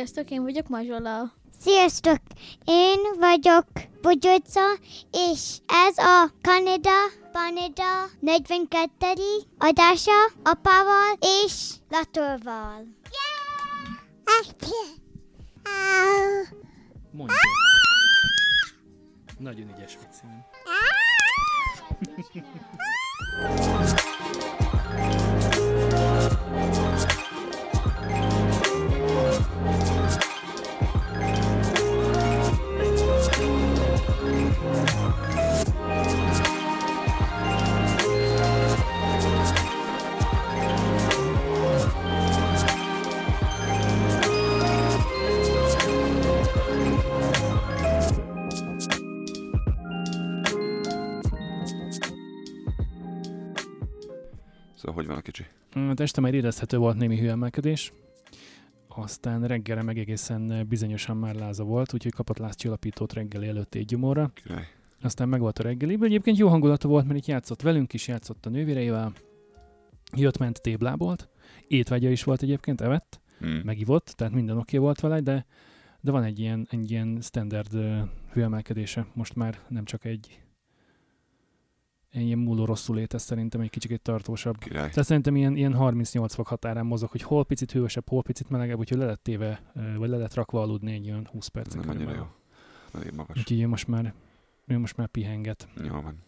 Sziasztok, én vagyok Mazsola. Sziasztok, én vagyok Bugyodza, és ez a Kanada 42. adása apával és Latorval. Mondj egy. Nagyon ügyes vicc. Szóval hogy van a kicsi? Este már érezhető volt némi hőemelkedés, aztán reggelre meg egészen bizonyosan már láza volt, úgyhogy kapott lázcsillapítót reggeli előtt 1 óra. Király. Aztán meg volt a reggeli. Egyébként jó hangulata volt, mert itt játszott velünk is, játszott a nővéreivel, jött-ment téblábolt, étvágya is volt egyébként, evett, megivott, tehát minden oké volt vele, de van egy ilyen standard hőemelkedése. Most már nem csak egy ilyen múló rosszul létez, szerintem egy kicsit tartósabb. Király. Tehát szerintem ilyen 38 fok határán mozog, hogy hol picit hősebb, hol picit melegebb, úgyhogy le lett téve, vagy le lett rakva aludni egy olyan 20 percen. Nem annyira jó. Nagyon magas. Úgyhogy ő most már pihenget. Jó van.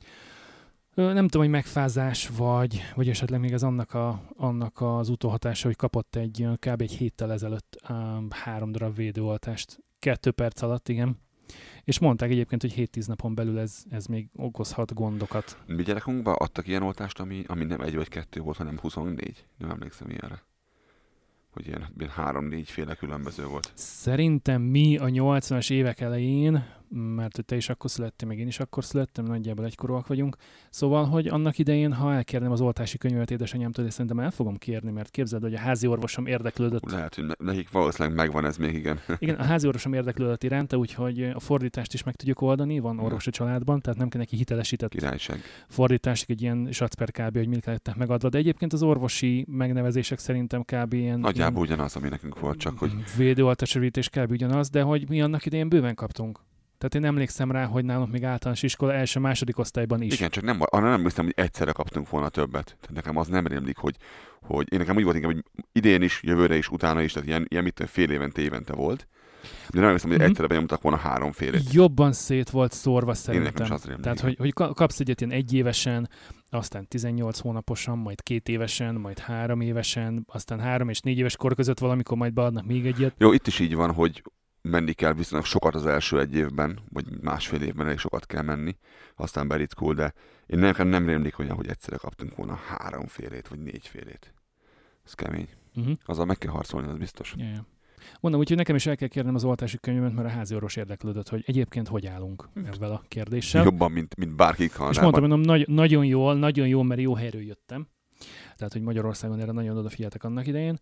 Nem tudom, hogy megfázás, vagy esetleg még ez annak az utóhatása, hogy kapott kb. Egy héttel ezelőtt 3 darab védőoltást. 2 perc alatt, igen. És mondták egyébként, hogy 7-10 napon belül ez még okozhat gondokat. Mi gyerekünkben adtak ilyen oltást, ami nem 1 vagy 2 volt, hanem 24? Nem emlékszem ilyenre. Hogy ilyen 3-4 féle különböző volt. Szerintem mi a 80-as évek elején, mert hogy te is akkor születtél, meg én is akkor születtem, nagyjából egykorúak vagyunk. Szóval, hogy annak idején, ha elkérném az oltási könyvet édesanyámtól, és szerintem el fogom kérni, mert képzeld, hogy a házi orvosom érdeklődött. Lehet, hogy nekik valószínűleg megvan ez még, igen. Igen, a házi orvosom érdeklődött iránta, úgyhogy a fordítást is meg tudjuk oldani, van orvos a családban, tehát nem kell neki hitelesített Királyság. fordítást, egy ilyen sacper kb., hogy mit lettek megadva, de egyébként az orvosi megnevezések szerintem kb. Nagyjából ugyanaz, ami nekünk volt, csak hogy... Védőoltásrövítés kb. Ugyanaz, de hogy mi annak idején bőven kaptunk. Tehát én emlékszem rá, hogy nálunk még általános iskola első-második osztályban is. Igen, csak nem emlékszem, hogy egyszerre kaptunk volna többet. Tehát nekem az nem rémlik, hogy én nekem úgy volt inkább, hogy idén is, jövőre is, utána is, tehát ilyen mit fél évente volt. De nem emlékszem, hogy egyszerre benyomtak volna 3 félét. Jobban szét volt szórva szerintem. Rémlik, tehát, hogy kapsz egyet ilyen 1 évesen, aztán 18 hónaposan, majd 2 évesen, majd 3 évesen, aztán 3 és 4 éves kor között valamikor majd beadnak még egyet. Jó, itt is így van, hogy menni kell viszonylag sokat az első 1 évben, vagy másfél évben elég sokat kell menni, aztán beritkul, de én nekem nem rémlik olyan, hogy egyszerre kaptunk volna 3 félét, vagy 4 félét. Ez kemény. Azzal meg kell harcolni, az biztos. Yeah. Mondom, úgyhogy nekem is el kell kérnem az oltási könyvemet, mert a házi orvos érdeklődött, hogy egyébként hogy állunk ezzel a kérdéssel. Jobban, mint bárki Kanadában. És mondtam, nagyon jól, mert jó helyről jöttem. Tehát, hogy Magyarországon erre nagyon odafigyeltek annak idején.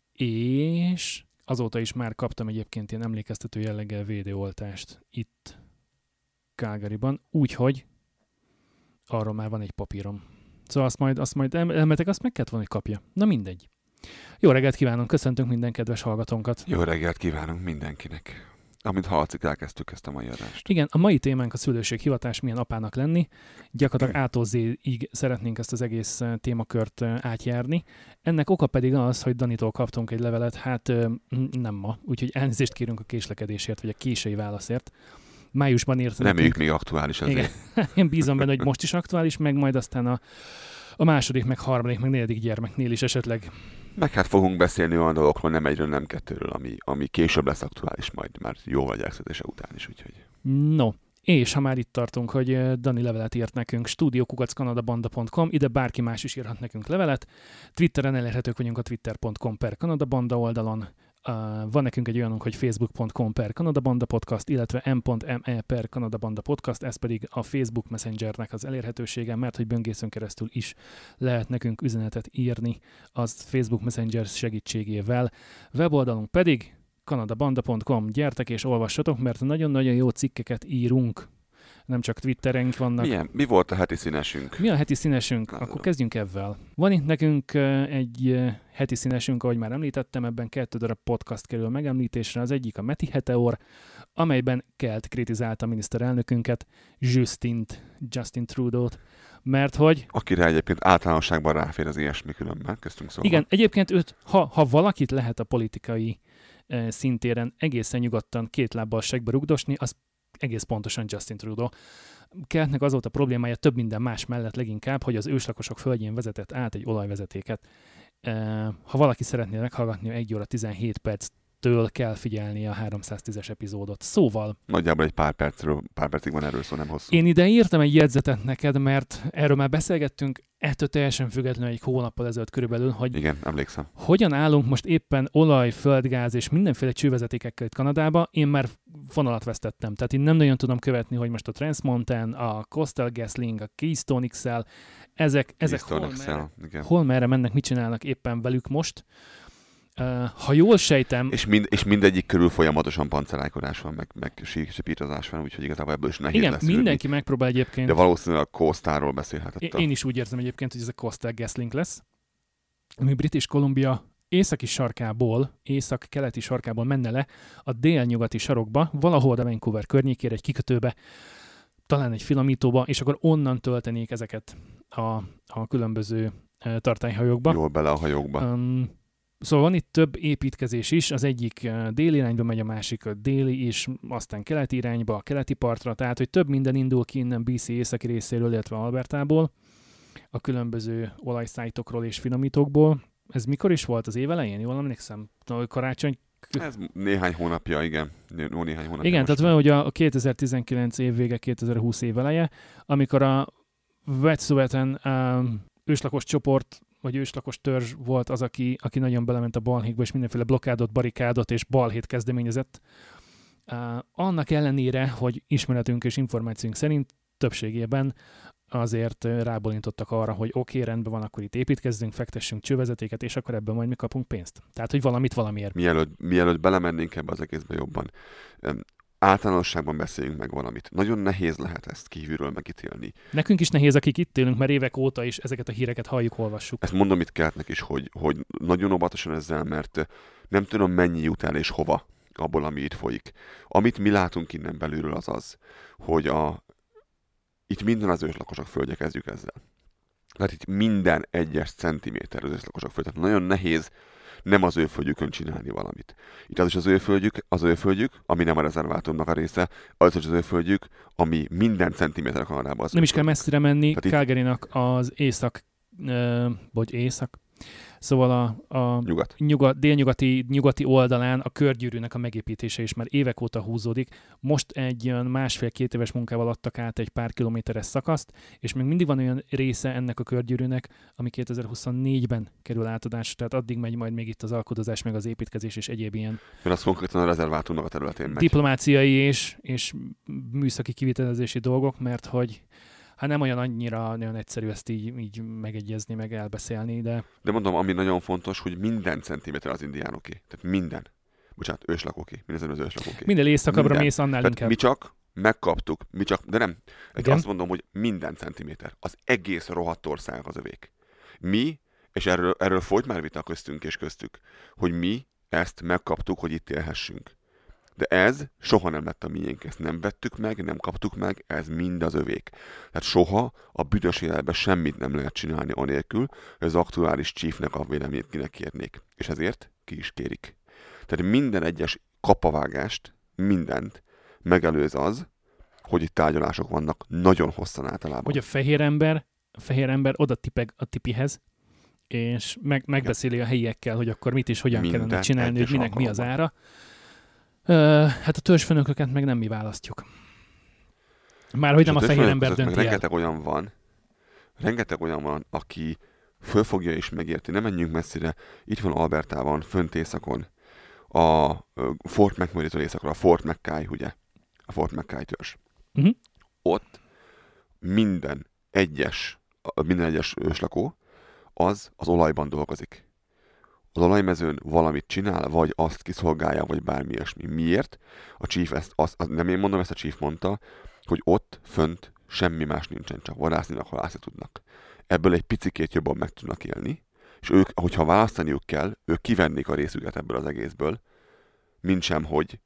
És azóta is már kaptam egyébként ilyen emlékeztető jelleggel védőoltást itt Calgaryban, úgyhogy arról már van egy papírom. Szóval azt majd elmetek, azt meg kellett volna, hogy kapja. Na mindegy. Jó reggelt kívánunk, köszöntünk minden kedves hallgatónkat. Jó reggelt kívánunk mindenkinek. Amint hallatszik, elkezdtük ezt a mai adást. Igen, a mai témánk a szülőséghivatás, milyen apának lenni. Gyakorlatilag A-tól Z-ig szeretnénk ezt az egész témakört átjárni. Ennek oka pedig az, hogy Danitól kaptunk egy levelet, hát nem ma, úgyhogy elnézést kérünk a késlekedésért, vagy a késői válaszért. Májusban írt nekünk. Reméljük még aktuális azért. Igen. Én bízom benne, hogy most is aktuális, meg majd aztán a második, meg harmadik, meg 4. gyermeknél is esetleg. Meg hát fogunk beszélni olyan dolgokról, nem egyről, nem kettőről, ami később lesz aktuális majd, már jóval gyermekszületése után is, úgyhogy. No, és ha már itt tartunk, hogy Dani levelet írt nekünk, studio@kanadabanda.com, ide bárki más is írhat nekünk levelet. Twitteren elérhetők vagyunk a twitter.com/kanadabanda oldalon. Van nekünk egy olyanunk, hogy facebook.com/Kanadabanda Podcast, illetve m.me/Kanadabanda Podcast, ez pedig a Facebook Messengernek az elérhetősége, mert hogy böngészőn keresztül is lehet nekünk üzenetet írni az Facebook Messenger segítségével. Weboldalunk pedig kanadabanda.com. Gyertek és olvassatok, mert nagyon-nagyon jó cikkeket írunk nem csak Twitterenk vannak. Mi volt a heti színesünk? Mi a heti színesünk? Akkor kezdjünk ezzel. Van itt nekünk egy heti színesünk, ahogy már említettem, ebben 2 darab podcast kerül megemlítésre. Az egyik a Meti Heteor, amelyben Kelt kritizálta a miniszterelnökünket, Justin Trudeau-t, mert hogy... Akire egyébként általánosságban ráfér az ilyesmi különben, köztünk szóval. Igen, egyébként őt, ha valakit lehet a politikai szintéren egészen nyugodtan 2 lábbal segbe rugdosni, az egész pontosan Justin Trudeau. Keltnek az volt a problémája több minden más mellett leginkább, hogy az őslakosok földjén vezetett át egy olajvezetéket. Ha valaki szeretné meghallgatni, 1 óra 17 perctől kell figyelni a 310-es epizódot. Szóval... Nagyjából egy pár percig van erről szó, nem hosszú. Én ide írtam egy jegyzetet neked, mert erről már beszélgettünk, ettől teljesen függetlenül egy hónappal ezelőtt körülbelül, hogy igen, emlékszem. Hogyan állunk most éppen olaj, földgáz és mindenféle csővezetékekkel itt Kanadába, én már fonalat vesztettem. Tehát én nem nagyon tudom követni, hogy most a Trans Mountain, a Coastal GasLink, a Keystone XL, ezek hol merre mennek, mit csinálnak éppen velük most. Ha jól sejtem... És mindegyik körül folyamatosan pancerájkodás van, meg síksipítozás van, úgyhogy igazából ebből is nehéz lesz. Igen, mindenki megpróbál egyébként... De valószínűleg a Coastalról beszélhetett. Én is úgy érzem egyébként, hogy ez a Coastal GasLink lesz, ami British Columbia észak-keleti sarkából menne le a délnyugati sarokba, valahol a Vancouver környékére, egy kikötőbe, talán egy finomítóba, és akkor onnan töltenék ezeket a különböző tartályhajókba. Jól bele a hajókba. Szóval van itt több építkezés is, az egyik déli irányba megy, a másik a déli, és aztán keleti irányba, a keleti partra, tehát hogy több minden indul ki innen BC északi részéről, illetve Albertából, a különböző olajszájtokról és finomítókból. Ez mikor is volt? Az év elején? Jól emlékszem? Karácsony? Ez néhány hónapja, igen. Néhány hónapja. Igen, tehát van, hogy a 2019 év vége, 2020 év eleje, amikor a Wet'suwet'en őslakos csoport, vagy őslakos törzs volt az, aki nagyon belement a balhékba, és mindenféle blokkádot, barikádot és balhét kezdeményezett. Annak ellenére, hogy ismeretünk és információnk szerint többségében azért rábólintottak arra, hogy oké, rendben van, akkor itt építkezzünk, fektessünk csővezetéket, és akkor ebben majd mi kapunk pénzt. Tehát, hogy valamit valamiért. Mielőtt belemennénk ebbe az egészbe jobban, általánosságban beszéljünk meg valamit. Nagyon nehéz lehet ezt kívülről megítélni. Nekünk is nehéz, akik itt élünk, mert évek óta is ezeket a híreket halljuk, olvassuk. Ezt mondom itt Keltnek is, hogy nagyon óvatosan ezzel, mert nem tudom mennyi jut el és hova abból, ami itt folyik. Amit mi látunk innen belülről az, hogy itt minden az őslakosok földje, kezdjük ezzel. Tehát itt minden egyes centiméter az őslakosok földje. Tehát nagyon nehéz nem az ő földjükön csinálni valamit. Itt az is az ő földjük, ami nem a rezervátumnak a része, az is az ő földjük, ami minden centiméter Kanadában az. Nem is kell messzire menni, Calgarynak az szóval a délnyugati oldalán a körgyűrűnek a megépítése is már évek óta húzódik. Most egy olyan 1,5-2 éves munkával adtak át egy pár kilométeres szakaszt, és még mindig van olyan része ennek a körgyűrűnek, ami 2024-ben kerül átadásra, tehát addig megy majd még itt az alkudozás, meg az építkezés és egyéb ilyen. Mert az konkrétan a rezervátumnak a területén megy. Diplomáciai és műszaki kivitelezési dolgok, mert hogy nem nagyon egyszerű ezt így megegyezni, meg elbeszélni, de... De mondom, ami nagyon fontos, hogy minden centiméter az indiánoké. Tehát minden. Bocsánat, őslakóké. Minden az őslakóké. Minden éjszakabbra mész, annál tehát inkább. Mi csak megkaptuk, de nem. Azt mondom, hogy minden centiméter. Az egész rohadt ország az övék. Mi, és erről folyt már vita köztünk és köztük, hogy mi ezt megkaptuk, hogy itt élhessünk. De ez soha nem lett a miénk, ezt nem vettük meg, nem kaptuk meg, ez mind az övék. Tehát soha a büdös életben semmit nem lehet csinálni anélkül, hogy az aktuális chiefnek a véleményét kinek kérnék. És ezért ki is kérik. Tehát minden egyes kapavágást, mindent megelőz az, hogy itt tárgyalások vannak nagyon hosszan általában. Hogy a fehér ember oda tipeg a tipihez, és megbeszéli a helyiekkel, hogy akkor mit is, hogyan kellene csinálni, hogy minek mi az ára. Hát a törzsfőnököket meg nem mi választjuk. Márhogy nem a fehér ember dönti el. Rengeteg olyan van, aki fölfogja és megérti. Nem menjünk messzire. Itt van Albertában, fönt északon, a Fort McMurray-től északra, a Fort McKay, ugye? A Fort McKay törzs. Uh-huh. Ott minden egyes őslakó az olajban dolgozik. Az olajmezőn valamit csinál, vagy azt kiszolgálja, vagy bármi ilyesmi. Miért? A chief nem én mondom, ezt a chief mondta, hogy ott fönt semmi más nincsen, csak vadászni, halászni tudnak. Ebből egy picikét jobban meg tudnak élni, és ők, hogyha választaniuk kell, ők kivennék a részüket ebből az egészből, mint sem, hogy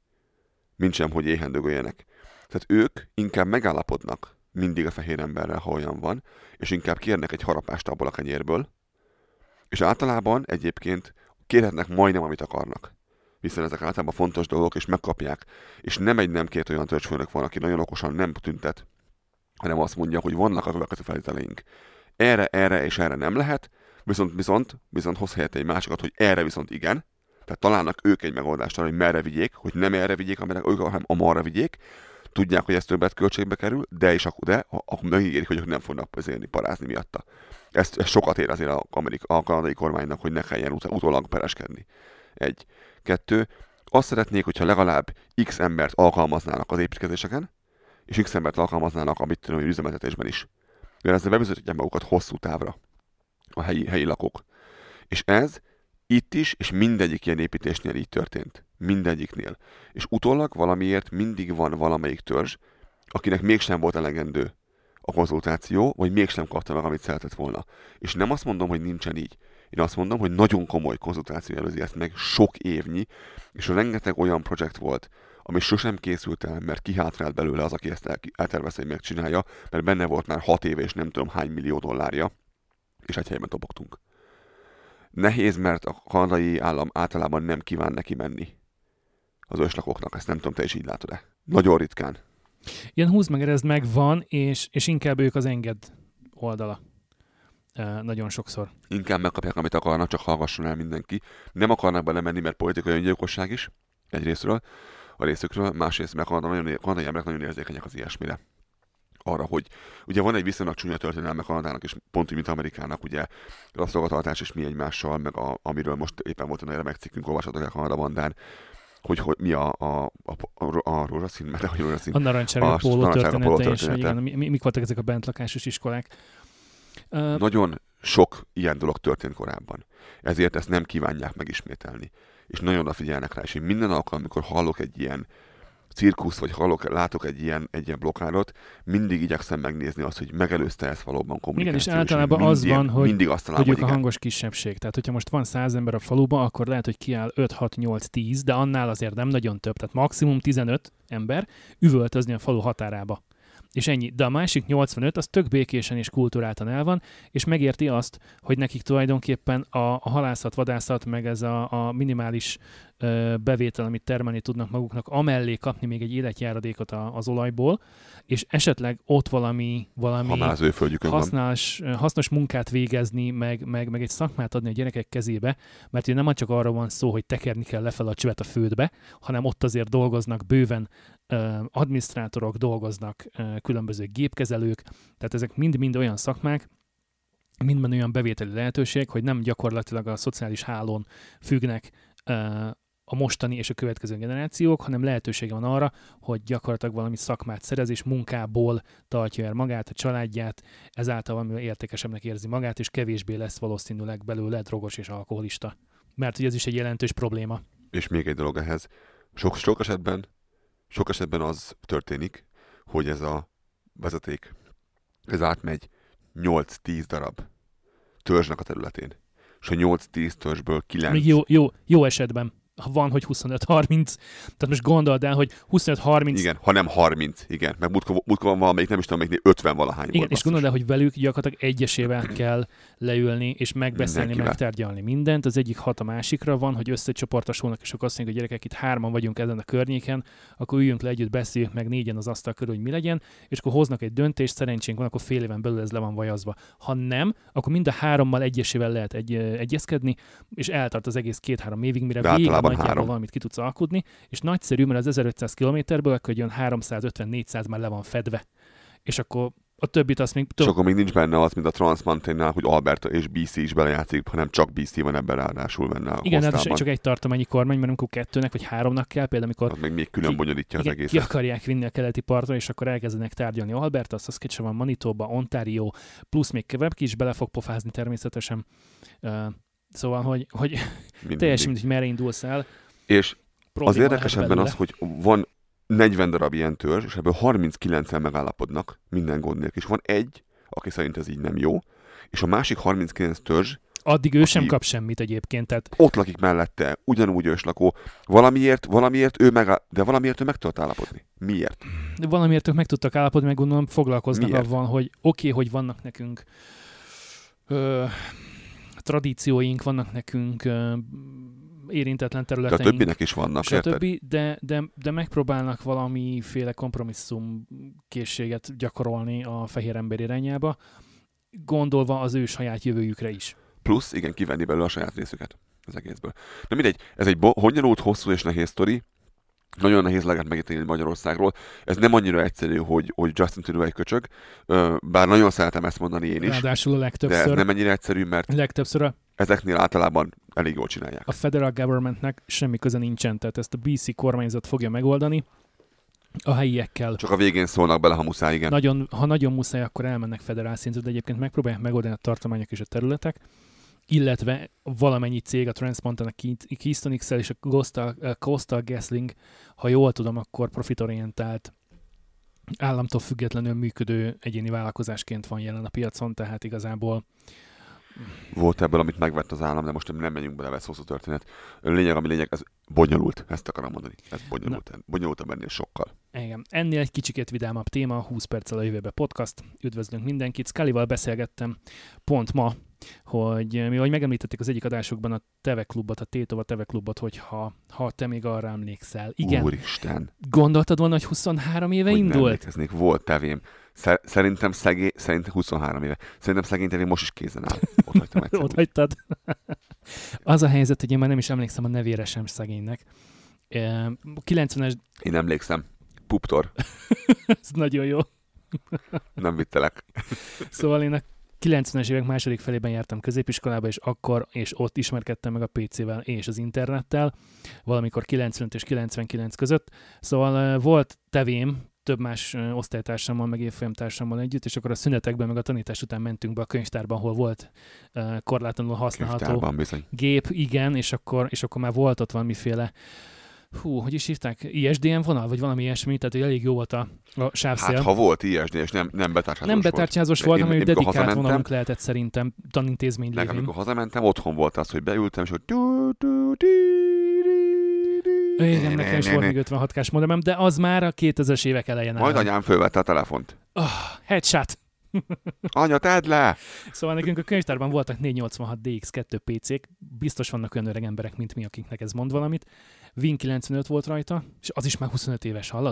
éhen dögöljenek. Tehát ők inkább megállapodnak mindig a fehér emberrel, ha olyan van, és inkább kérnek egy harapást abból a kenyérből, és általában egyébként kérhetnek majdnem, amit akarnak. Hiszen ezek általában fontos dolgok, és megkapják. És nem egy nem két olyan törzsfőnök van, aki nagyon okosan nem tüntet, hanem azt mondja, hogy vannak a következő feltételeink. Erre és erre nem lehet, viszont hoz helyette egy másikat, hogy erre viszont igen. Tehát találnak ők egy megoldást arra, hogy merre vigyék, hogy nem erre vigyék, amire ők, hanem amarra vigyék. Tudják, hogy ez többet költségbe kerül, de akkor megígérik, hogy ők nem fognak azért parázni miatta. Ez sokat ér azért a kanadai kormánynak, hogy ne kelljen utólag pereskedni. 1. 2. Azt szeretnék, hogyha legalább X embert alkalmaznának az építkezéseken, és X embert alkalmaznának a üzemeltetésben is. Mert ezzel bebizonyítják magukat hosszú távra a helyi lakók. És ez itt is, és mindegyik ilyen építésnél így történt. Mindegyiknél. És utólag valamiért mindig van valamelyik törzs, akinek mégsem volt elegendő a konzultáció, vagy mégsem kapta meg, amit szeretett volna. És nem azt mondom, hogy nincsen így. Én azt mondom, hogy nagyon komoly konzultáció előzi ezt meg, sok évnyi, és rengeteg olyan projekt volt, ami sosem készült el, mert kihátrált belőle az, aki ezt eltervezte, hogy megcsinálja, mert benne volt már 6 éve, és nem tudom hány millió dollárja, és egy helyben topogtunk. Nehéz, mert a kanadai állam általában nem kíván neki menni az őslakóknak. Ezt nem tudom, te is így látod-e? Nagyon ritkán. Ilyen húz meg, erezd meg van, és inkább ők az enged oldala. Nagyon sokszor. Inkább megkapják, amit akarnak, csak hallgasson el mindenki. Nem akarnak belemenni, mert politikai öngyilkosság is, egyrésztről, a részükről, másrészt meg kanadai emberek nagyon érzékenyek az ilyesmire. Arra, hogy ugye van egy viszonylag csúnya történelme Kanadának, és pont úgy, mint Amerikának, ugye rabszolgatartás és mi egymással, meg amiről most éppen volt egy remek cikkünk, olvashatok el Kanada Bandán, hogy mi a rózsaszín, mert hogy rózsaszín. A narancsárga póló története, és igen, mik voltak ezek a bentlakásos iskolák. Nagyon sok ilyen dolog történt korábban. Ezért ezt nem kívánják megismételni. És nagyon odafigyelnek rá, és én minden alkalommal, amikor hallok egy ilyen cirkusz, vagy látok egy ilyen blokkádot, mindig igyekszem megnézni azt, hogy megelőzte ezt valóban kommunikáció. Igen, és általában az van, hogy ők a hangos igen. Kisebbség. Tehát, hogyha most van 100 ember a faluban, akkor lehet, hogy kiáll 5, 6, 8, 10, de annál azért nem nagyon több. Tehát maximum 15 ember üvöltözni a falu határába. És ennyi. De a másik 85 az tök békésen és kulturáltan el van, és megérti azt, hogy nekik tulajdonképpen a halászat, vadászat, meg ez a minimális bevétel, amit termelni tudnak maguknak, amellé kapni még egy életjáradékot az olajból, és esetleg ott valami hasznos munkát végezni, meg egy szakmát adni a gyerekek kezébe, mert ugye nem csak arra van szó, hogy tekerni kell lefel a csövet a földbe, hanem ott azért dolgoznak bőven adminisztrátorok, dolgoznak különböző gépkezelők, tehát ezek mind-mind olyan szakmák, mindben olyan bevételi lehetőség, hogy nem gyakorlatilag a szociális hálón függnek a mostani és a következő generációk, hanem lehetősége van arra, hogy gyakorlatilag valami szakmát szerez, és munkából tartja el magát, a családját, ezáltal valamivel értékesebbnek érzi magát, és kevésbé lesz valószínűleg belőle drogos és alkoholista. Mert ugye ez is egy jelentős probléma. És még egy dolog ehhez. Sok esetben az történik, hogy ez a vezeték, ez átmegy 8-10 darab törzsnek a területén. És a 8-10 törzsből 9... Még jó esetben. Ha van, hogy 25-30. Tehát most gondold el, hogy 25-30... Igen, ha nem 30, igen. Meg múltkor van valamelyik, nem is tudom, még 50 valahány igen, volt. És gondold el, hogy velük gyakorlatilag egyesével kell leülni, és megbeszélni, megtárgyalni mindent. Az egyik hat a másikra van, hogy összecsoportosulnak, és akkor azt mondjuk, hogy gyerekek, itt 3 vagyunk ezen a környéken, akkor üljünk le együtt, beszéljük meg 4-en az asztal körül, hogy mi legyen, és akkor hoznak egy döntést, szerencsénk van, akkor fél éven belül ez le van vajazva. Ha nem, akkor mind a 3-mal egyesével lehet egyezkedni, és eltart az egész 2-3 évig, mire végig nagyjából valamit ki tudsz alkudni, és nagyszerű, mert az 1500 kilométerből akkor jön 350-400 már le van fedve. És akkor a többit azt még... És akkor még nincs benne az, mint a Trans-Mountain-nál, hogy Alberta és BC is belejátszik, hanem csak BC van ebben ráadásul benne a igen, hát csak egy tartományi kormány, mert amikor 2-nek vagy 3-nak kell, például amikor még külön bonyolítja az egészet. Ki akarják vinni a keleti partra, és akkor elkezdenek tárgyalni Alberta, Saskatchewan, Manitoba, Ontario, plusz még Quebec is bele fog pofázni természetesen. Szóval, hogy teljesen mindegy, merre indulsz el. És az érdekes ebben az, hogy van 40 darab ilyen törzs, és ebből 39-en megállapodnak minden gond nélkül. És van egy, aki szerint ez így nem jó, és a másik 39 törzs addig ő sem kap semmit egyébként. Tehát... ott lakik mellette, ugyanúgy őslakó. Valamiért ő meg tudott állapodni. Miért? Valamiért ők meg tudtak állapodni, meg gondolom foglalkoznak Miért? avval, hogy oké, hogy vannak nekünk tradícióink, vannak nekünk érintetlen De a területeink. többinek is vannak, érted? De megpróbálnak valamiféle kompromisszum készséget gyakorolni a fehér ember irányába, gondolva az ő saját jövőjükre is. Plusz, igen, kivenni belőle a saját részüket az egészből. De mindegy, ez egy bonyolult, hosszú és nehéz sztori. Nagyon nehéz lehet megítélni Magyarországról. Ez nem annyira egyszerű, hogy Justin Trudeau egy köcsög, bár nagyon szeretem ezt mondani én is. Ráadásul a De legtöbbször. ez nem ennyire egyszerű, mert Legtöbbször ezeknél általában elég jól csinálják. a federal governmentnek semmi köze nincsen, tehát ezt a BC kormányzat fogja megoldani a helyiekkel. Csak a végén szólnak bele, ha muszáj, igen. Ha nagyon muszáj, akkor elmennek federál szintre, de egyébként megpróbálják megoldani a tartományok és a területek, illetve valamennyi cég, a Transmontana, Keystone XL és a Coastal GasLink, ha jól tudom, akkor profitorientált, államtól függetlenül működő egyéni vállalkozásként van jelen a piacon, tehát igazából Volt ebből, amit megvett az állam, de most nem menjünk bele, ez hosszú történet. Ami lényeg, ez bonyolult, ezt akarom mondani. Ez bonyolult. Bonyolultabb ennél sokkal. igen. Ennél egy kicsikét vidámabb téma, 20 perccel a jövőbe podcast. Üdvözlünk mindenkit. Scullyval beszélgettem pont ma, hogy megemlítették az egyik adásokban a Teve Klubot, a Tétova Teve Klubot, hogy ha te még arra emlékszel. Igen. Úristen. Gondoltad volna, hogy 23 éve Hogy indult? emlékeznék, volt tevém. Szerintem 23 éve. Szerintem szegény tevém most is kézen áll. Ott hagytam egyszer. Ott hagytad. Az a helyzet, hogy én már nem is emlékszem a nevére sem szegénynek. 90-es... Én emlékszem. Puptor. Ez nagyon jó. Nem vittelek. Szóval én a 90-es évek második felében jártam középiskolába, és ott ismerkedtem meg a PC-vel és az internettel, valamikor 95 és 99 között. Szóval volt tevém, több más osztálytársammal, meg évfolyamtársammal együtt, és akkor a szünetekben, meg a tanítás után mentünk be a könyvtárban, ahol volt korlátlanul használható gép, igen, és akkor már volt ott valamiféle hogy is hívták? ISDN vonal, vagy valami ilyesmi, tehát hogy elég jó volt a sávszél. Hát ha volt ISD, és nem betárcsázós volt. Nem betárcsázós volt, hanem dedikált vonalunk lehetett lehetett szerintem tanintézmény lévén. Amikor hazamentem, otthon volt az, hogy beültem, és hogy igen, nekem is volt még 56K-s modemem, de az már a 2000-es évek elején majd anyám fölvette a telefont. Headshot! Anya, tedd le! Szóval nekünk a könyvtárban voltak 486 DX2 PC-k, biztos vannak olyan öreg emberek, mint mi, akiknek ez mond valamit. Win 95 volt rajta, és az is már 25 éves, hallod?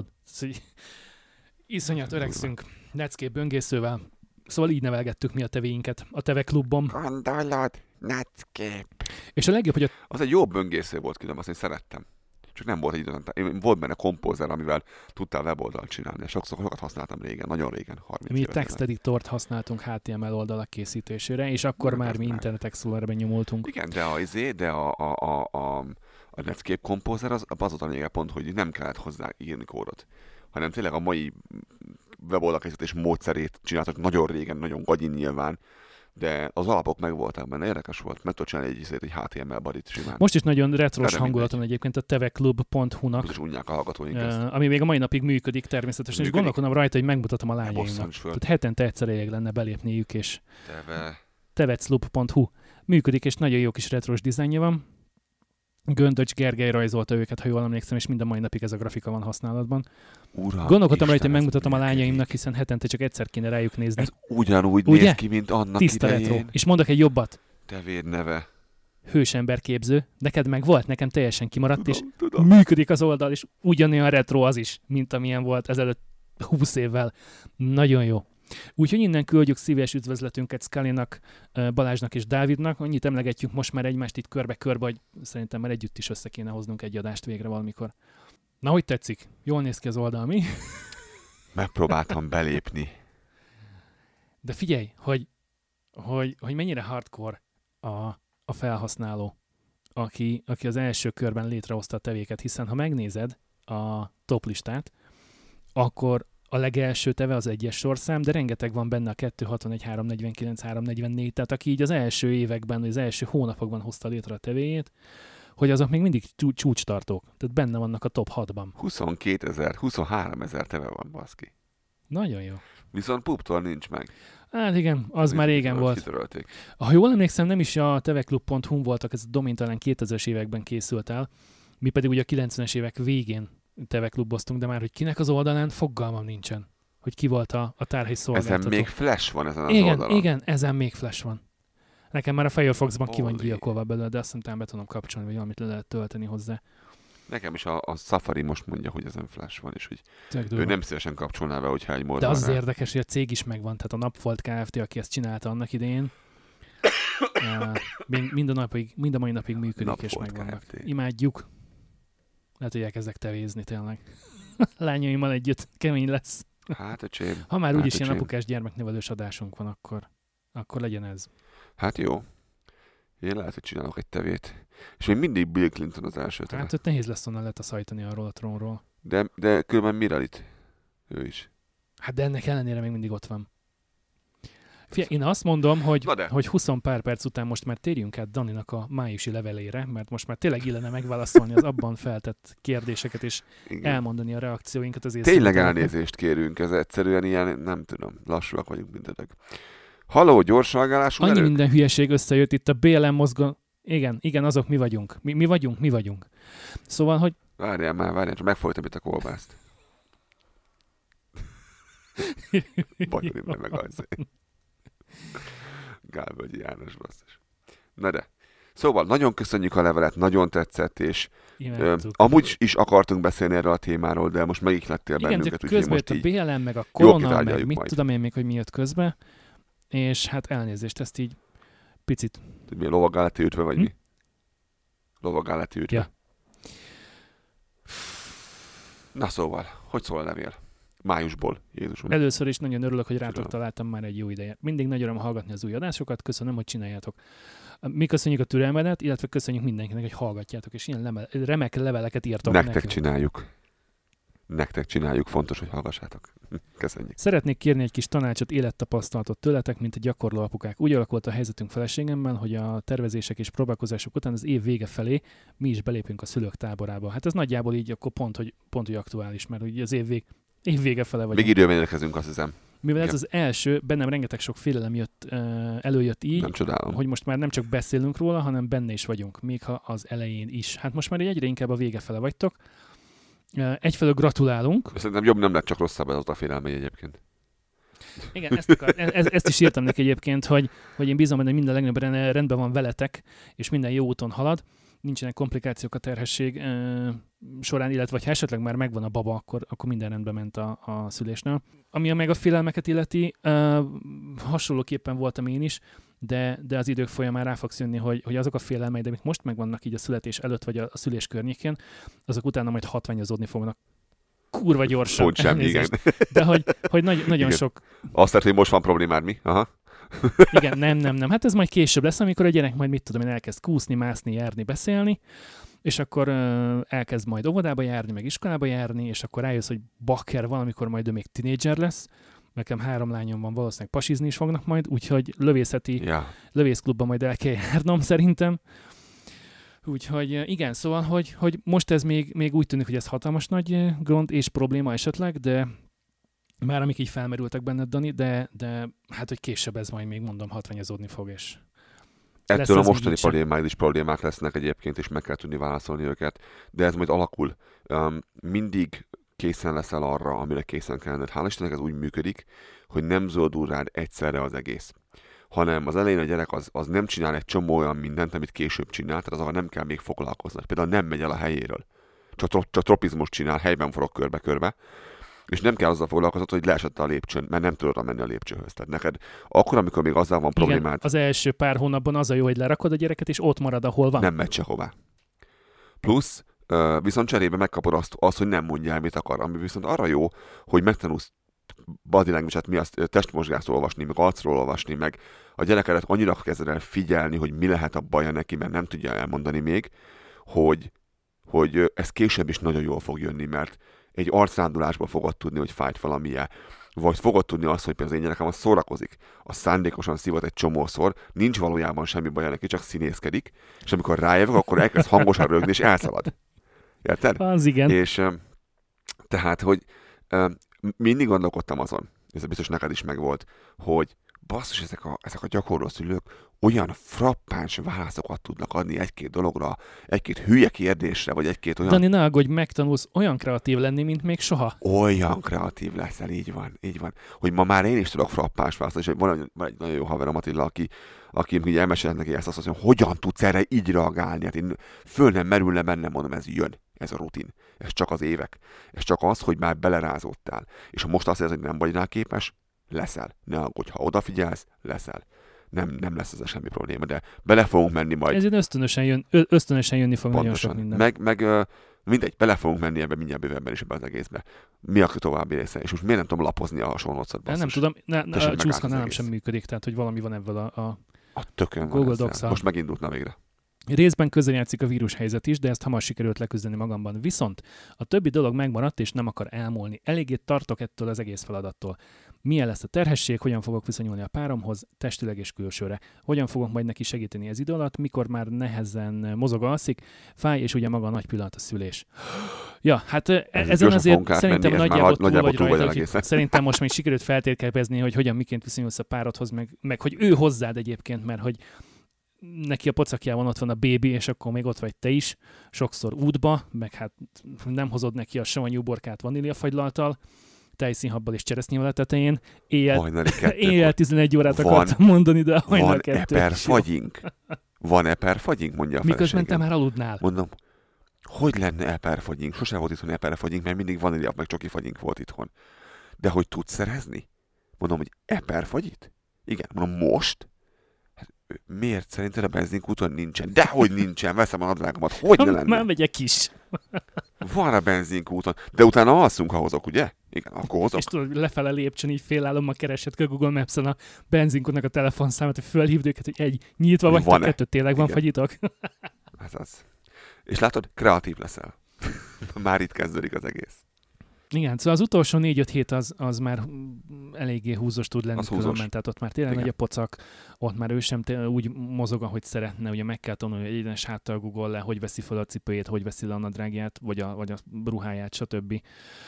Iszonyat öregszünk, Netscape böngészővel. Szóval így nevelgettük mi a tevéinket a Teve Klubban. Gondolod, Netscape. És a legjobb, hogy az egy jó böngésző volt, különben azt én szerettem. Csak nem volt volt benne kompózer, amivel tudtál weboldalt csinálni. Sokat használtam régen, nagyon régen, 30 mi éve. text editort használtunk HTML oldalak készítésére, és akkor már mi Internet Explorer-ben nyomultunk. Igen, de a Netscape Composer az volt a lényege pont, hogy nem kellett hozzá írni kódot, hanem tényleg a mai weboldalkészítés módszerét csináltak nagyon régen, nagyon gagyin nyilván, de az alapok megvoltak benne, érdekes volt, meg tudod csinálni egy HTML badit simán. Most is nagyon retros hangulaton egyébként a teveklub.hu-nak, most is unják a hallgatóink ami még a mai napig működik természetesen, és gondolkodom rajta, hogy megmutatom a lányaimnak. Tehát hetente egyszer elég lenne belépniük, és teveclub.hu működik, és nagyon jó kis retros dizájnja van. Göndöcs Gergely rajzolta őket, ha jól emlékszem, és mind a mai napig ez a grafika van használatban. Gondolkodtam rajta, hogy megmutatom a lányaimnak, hiszen hetente csak egyszer kéne rájuk nézni. Ez ugyanúgy néz ki, mint annak tiszta idején. retro. És mondok egy jobbat. Tevéd neve. Hősemberképző. Neked meg volt, nekem teljesen kimaradt, Tudom. működik az oldal, és ugyanolyan retro az is, mint amilyen volt ezelőtt 20 évvel. Nagyon jó. Úgyhogy innen küldjük szíves üdvözletünket Scullynak, Balázsnak és Dávidnak. Annyit emlegetjük most már egymást itt körbe-körbe, hogy szerintem már együtt is össze kéne hoznunk egy adást végre valamikor. Na, hogy tetszik? Jól néz ki az oldal, mi? Megpróbáltam belépni. De figyelj, hogy mennyire hardcore a felhasználó, aki az első körben létrehozta a tevéket, hiszen ha megnézed a top listát, akkor a legelső teve az 1-es sorszám, de rengeteg van benne a 261, 349, 344, tehát aki így az első években, vagy az első hónapokban hozta létre a tevéjét, hogy azok még mindig csúcstartók. Tehát benne vannak a top 6-ban. 23 000 teve van, baszki. Nagyon jó. Viszont pubtól nincs meg. Hát igen, az már régen volt. Kitörölték. Ha jól emlékszem, nem is a teveklub.hu volt, ez a domain talán 2000-es években készült el, mi pedig ugye a 90-es évek végén tevekluboztunk, de már hogy kinek az oldalán, fogalmam nincsen, hogy ki volt a tárhely szolgáltató. Ezen még flash van ezen az oldalon. Igen, ezen még flash van. Nekem már a Firefoxban ki van gyilkolva belőle, de azt hiszem be tudom kapcsolni, vagy valamit le lehet tölteni hozzá. Nekem is a Safari most mondja, hogy ezen flash van, és hogy ő nem szívesen kapcsolná be, hogyha egy módon. De az érdekes, hogy a cég is megvan, tehát a Napfold Kft., aki ezt csinálta annak idején, mind a mai napig működik, Napfold és megvannak. Kft. Imádjuk. Lehet, hogy elkezdek tevézni tényleg. Lányaimmal együtt kemény lesz. Hát öcsém. Ha már úgyis ilyen apukás gyermeknevelős adásunk van, akkor legyen ez. Hát jó. Én lehet, hogy csinálok egy tevét. És még mindig Bill Clinton az első teve. Hát ott nehéz lesz onnan letaszajtani arról a trónról. De különben Miralit. Ő is. Hát de ennek ellenére még mindig ott van. Figyelj, én azt mondom, hogy 20 pár perc után most már térjünk át Daninak a májusi levelére, mert most már tényleg illene megválaszolni az abban feltett kérdéseket, és igen, elmondani a reakcióinkat az észre. Tényleg elnézést kérünk, ez egyszerűen ilyen, nem tudom, lassúak vagyunk mindenek. Haló, gyors reagálású Annyi erők? minden hülyeség összejött itt a BLM mozgalom. Igen, azok mi vagyunk. Mi vagyunk. Szóval, hogy... Várjál, csak megfogtam itt a kolbászt. Bajoni meg azért. Gálvölgyi János basszus. Na de. Szóval nagyon köszönjük a levelet, nagyon tetszett, és amúgy is akartunk beszélni erről a témáról, de most megihlettél bennünket. Igen, közben jött a BLM, meg a korona, meg mit tudom én még, hogy mi jött közbe, és hát elnézést, ezt így picit... Mi a lovagáll ütve, vagy mi? Lovagáll ütve. Ja. Na szóval, hogy szól a levél? Májusból, Jézusom. Először is nagyon örülök, hogy rátok találtam már egy jó ideje. Mindig nagy öröm hallgatni az új adásokat, köszönöm, hogy csináljátok. Mi köszönjük a türelmedet, illetve köszönjük mindenkinek, hogy hallgatjátok, és ilyen remek leveleket írtok nektek csináljuk, fontos, hogy hallgassátok. Köszönjük. Szeretnék kérni egy kis tanácsot, élettapasztalatot tőletek, mint a gyakorló apukák. Úgy alakult a helyzetünk feleségemmel, hogy a tervezések és próbálkozások után az év vége felé mi is belépünk a szülők táborába. Hát ez nagyjából így akkor pont, hogy aktuális, mert ugye az év vége fele vagyunk. Még időben érkezünk, azt hiszem. Mivel ez az első, bennem rengeteg sok félelem előjött így, hogy most már nem csak beszélünk róla, hanem benne is vagyunk, még ha az elején is. Hát most már egyre inkább a vége fele vagytok. Egyfelől gratulálunk. Szerintem jobb nem lett, csak rosszabb ez a félelmegy egyébként. Igen, ezt is írtam neki egyébként, hogy én bízom, hogy minden legnagyobb rendben van veletek, és minden jó úton halad. Nincsenek komplikációk a terhesség során, illetve ha esetleg már megvan a baba, akkor minden rendben ment a szülésnél. Ami meg a félelmeket illeti, hasonlóképpen voltam én is, de az idők folyamán rá fogsz jönni, hogy azok a félelmei, de amik most megvannak így a születés előtt, vagy a szülés környékén, azok utána majd hatványozódni fognak. Kurva gyorsan. Pont sem, igen. De hogy nagyon igen. Sok... Azt lehet, hogy most van problémád, mi? Aha. Igen, nem. Hát ez majd később lesz, amikor a gyerek majd, mit tudom én, elkezd kúszni, mászni, járni, beszélni, és akkor elkezd majd óvodába járni, meg iskolába járni, és akkor rájössz, hogy bakker, valamikor majd ő még tinédzser lesz. Nekem 3 lányom van, valószínűleg pasizni is fognak majd, úgyhogy lövészklubban majd el kell járnom szerintem. Úgyhogy igen, szóval, hogy most ez még úgy tűnik, hogy ez hatalmas nagy gond és probléma esetleg, de már amik így felmerültek benned, Dani, de hát, hogy később ez majd még mondom, hatványozódni fog, és ettől a mostani problémák lesznek egyébként, és meg kell tudni válaszolni őket, de ez majd alakul. Mindig készen leszel arra, amire készen kellene. Hál' Istennek ez úgy működik, hogy nem zöldul rád egyszerre az egész, hanem az elején a gyerek az nem csinál egy csomó olyan mindent, amit később csinál, tehát azzal nem kell még foglalkozni. Például nem megy el a helyéről. Csak tropizmus csinál, helyben forog körbe-körbe, és nem kell azzal foglalkozni, hogy leesett a lépcsőn, mert nem tudod menni a lépcsőhöz. Tehát neked akkor, amikor még azzal van problémád... Igen, az első pár hónapban az a jó, hogy lerakod a gyereket, és ott marad, ahol van. Nem megy sehová. Plusz, viszont cserébe megkapod azt, hogy nem mondjál, mit akar. Ami viszont arra jó, hogy megtanulsz body language-et, mi azt testmozgást olvasni, meg arcról olvasni, meg a gyerekedet annyira kezded el figyelni, hogy mi lehet a baja neki, mert nem tudja elmondani még, hogy ez később is nagyon jól fog jönni, mert egy arcrándulásban fogod tudni, hogy fájt valamilyen. vagy fogod tudni azt, hogy például az én gyerekem az szórakozik, az szándékosan szívat egy csomószor, nincs valójában semmi baja neki, csak színészkedik, és amikor rájövök, akkor elkezd hangosan rögni, és elszalad. Érted? Az igen. És tehát, hogy mindig gondolkodtam azon, ez biztos neked is megvolt, hogy basszus, ezek a gyakorló szülők olyan frappáns válaszokat tudnak adni egy-két dologra, egy-két hülye kérdésre, vagy egy-két olyan... Dani, ne aggódj, megtanulsz olyan kreatív lenni, mint még soha. Olyan kreatív leszel, így van. Hogy ma már én is tudok frappáns választani, és van egy nagyon jó haverom Attila, aki így elmesélt neki ezt, azt mondja, hogy hogyan tudsz erre így reagálni. Hát én föl nem merülne bennem, mondom, ez jön. Ez a rutin. Ez csak az évek. Ez csak az, hogy már belerázódtál. És ha most azt érzed, hogy nem vagy rá képes, leszel. Ne aggódj, ha odafigyelsz, leszel. Nem lesz ez a semmi probléma, de bele fogunk menni majd. Ez ösztönösen jönni fog nagyon sok minden. Meg mindegy, bele fogunk menni ebbe mindjárt bővebben is ebbe az egészbe. Mi a további része? És most miért nem tudom lapozni a hasonlócot? Nem tudom, a csúszkanál sem működik, tehát hogy valami van ebből a tökön Google Docs-al. Most megindult na végre. Részben közrejátszik a vírushelyzet is, de ezt hamar sikerült leküzdeni magamban. Viszont a többi dolog megmaradt, és nem akar elmúlni. Eléggé tartok ettől az egész feladattól. Milyen lesz a terhesség, hogyan fogok viszonyulni a páromhoz, testileg és külsőre. Hogyan fogok majd neki segíteni ez idő alatt, mikor már nehezen mozog, alszik, fáj, és ugye maga a nagy pillanat a szülés. Ja, hát ezen azért szerintem nagyjából túl vagy rajta, szerintem most még sikerült feltérképezni, hogy hogyan miként viszonyulsz a párodhoz, meg hogy ő hozzád egyébként, mert hogy neki a pocakjában ott van a bébi, és akkor még ott vagy te is, sokszor útba, meg hát nem hozod neki a savanyú borkát vaníliafagylalttal, tejszínhabbal és cseresznyével a tetején. Éjjel 11 órát akartam mondani, de hajnal 2. Van eperfagyink, mondja a feleségem. Miközben te már aludnál. Mondom, hogy lenne eperfagyink? Sose volt itthon eperfagyink, mert mindig vanília, meg csokifagyink volt itthon. De hogy tudsz szerezni? Mondom, hogy eperfagyit? Igen, mondom, most? Miért szerinted a benzinkúton nincsen? Dehogy nincsen, veszem a nadrágomat, hogy ne lenne? Már megyek is. Van a benzinkúton, de utána alszunk, ha hozok, ugye? Igen, akkor hozok. És tudod, lefele lépcsön így félállommal keresett a Google Maps-en a benzinkútnak a telefonszámát, hogy fölhívd őket, hogy egy nyitva vagy, te 2 tényleg van fagyitok. Ez az. És látod, kreatív leszel. Már itt kezdődik az egész. Igen, szóval az utolsó 4-5 hét az már eléggé húzos tud lenni különben, tehát ott már tényleg nagy a pocak, ott már ő sem úgy mozog, ahogy szeretne, ugye meg kell tanulni, hogy egyenes háttal Google le, hogy veszi fel a cipőjét, hogy veszi le a nadrágját, vagy a ruháját, stb.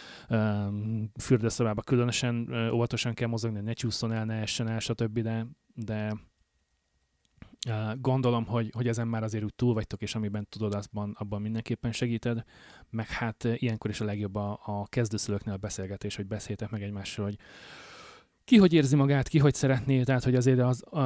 Fürdőszobába különösen óvatosan kell mozogni, ne csúszson el, ne essen el, stb. De gondolom, hogy ezen már azért úgy túl vagytok, és amiben tudod, abban mindenképpen segíted, meg hát ilyenkor is a legjobb a kezdőszülőknél a beszélgetés, hogy beszéltek meg egymással, hogy ki hogy érzi magát, ki hogy szeretné, tehát hogy azért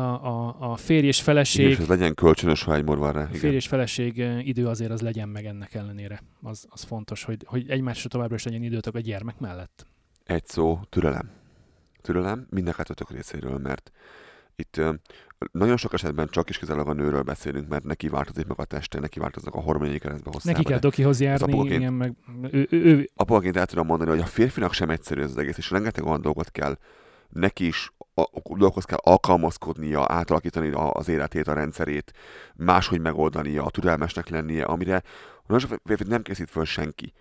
a férj és feleség... És ez legyen kölcsönös, ha egymód van rá. A férj és feleség idő azért az legyen meg ennek ellenére. Az fontos, hogy egymásra továbbra is legyen időtök a gyermek mellett. Egy szó, türelem. Türelem mind a kettőtök részéről, mert itt nagyon sok esetben csak is kizárólag a nőről beszélünk, mert neki változik meg a teste, neki változnak a hormonjai keresztbe hosszába. Neki kell dokihoz járni, igen, meg apaként el tudom mondani, hogy a férfinak sem egyszerű ez az egész, és rengeteg olyan dolgot kell neki is, dolgokhoz kell alkalmazkodnia, átalakítani az életét, a rendszerét, máshogy megoldania, türelmesnek lennie, amire nagyon sok férfit nem készít föl senki.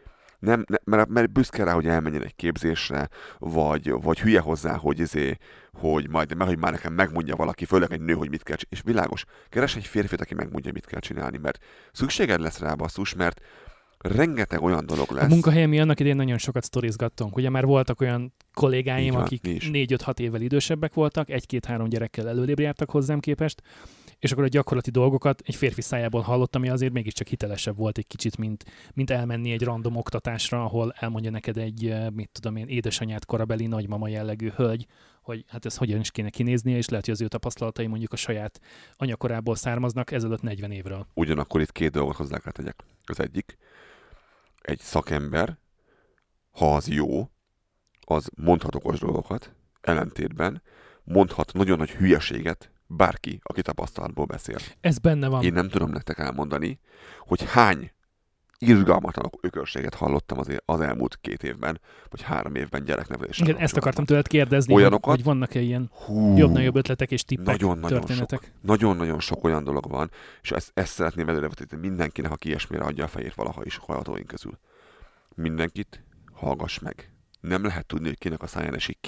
Mert büszke rá, hogy elmenjen egy képzésre, vagy hülye hozzá, hogy majd már nekem megmondja valaki, főleg egy nő, hogy mit kell csinálni. És világos, keres egy férfit, aki megmondja, mit kell csinálni, mert szükséged lesz rá, basszus, mert rengeteg olyan dolog lesz. A munkahelyen mi annak idején nagyon sokat sztorizgattunk. Ugye már voltak olyan kollégáim, akik 4-5-6 évvel idősebbek voltak, 1-2-3 gyerekkel előrébb jártak hozzám képest, és akkor a gyakorlati dolgokat egy férfi szájából hallottam, ami azért mégiscsak hitelesebb volt egy kicsit, mint elmenni egy random oktatásra, ahol elmondja neked egy, mit tudom én, édesanyád korabeli nagymama jellegű hölgy, hogy hát ez hogyan is kéne kinéznie, és lehet, hogy az ő tapasztalatai mondjuk a saját anyakorából származnak ezelőtt 40 évről. Ugyanakkor itt 2 dolgot hozzá kell tegyek. Az egyik, egy szakember, ha az jó, az mondhat okos dolgokat, ellentétben mondhat nagyon nagy hülyeséget bárki, aki tapasztalatból beszél. Ez benne van. Én nem tudom nektek elmondani, hogy hány irgalmatlan ökörséget hallottam az elmúlt 2 évben, vagy 3 évben gyereknevelésre. Igen, ezt akartam tőled kérdezni, olyanokat, hogy vannak-e ilyen jobb-nagyobb ötletek és tippek, történetek? Nagyon-nagyon sok olyan dolog van, és ezt szeretném előrevetíteni mindenkinek, aki ilyesmire adja a fejét valaha is hallgatóink közül. Mindenkit hallgass meg. Nem lehet tudni, hogy kinek a száján esik ki.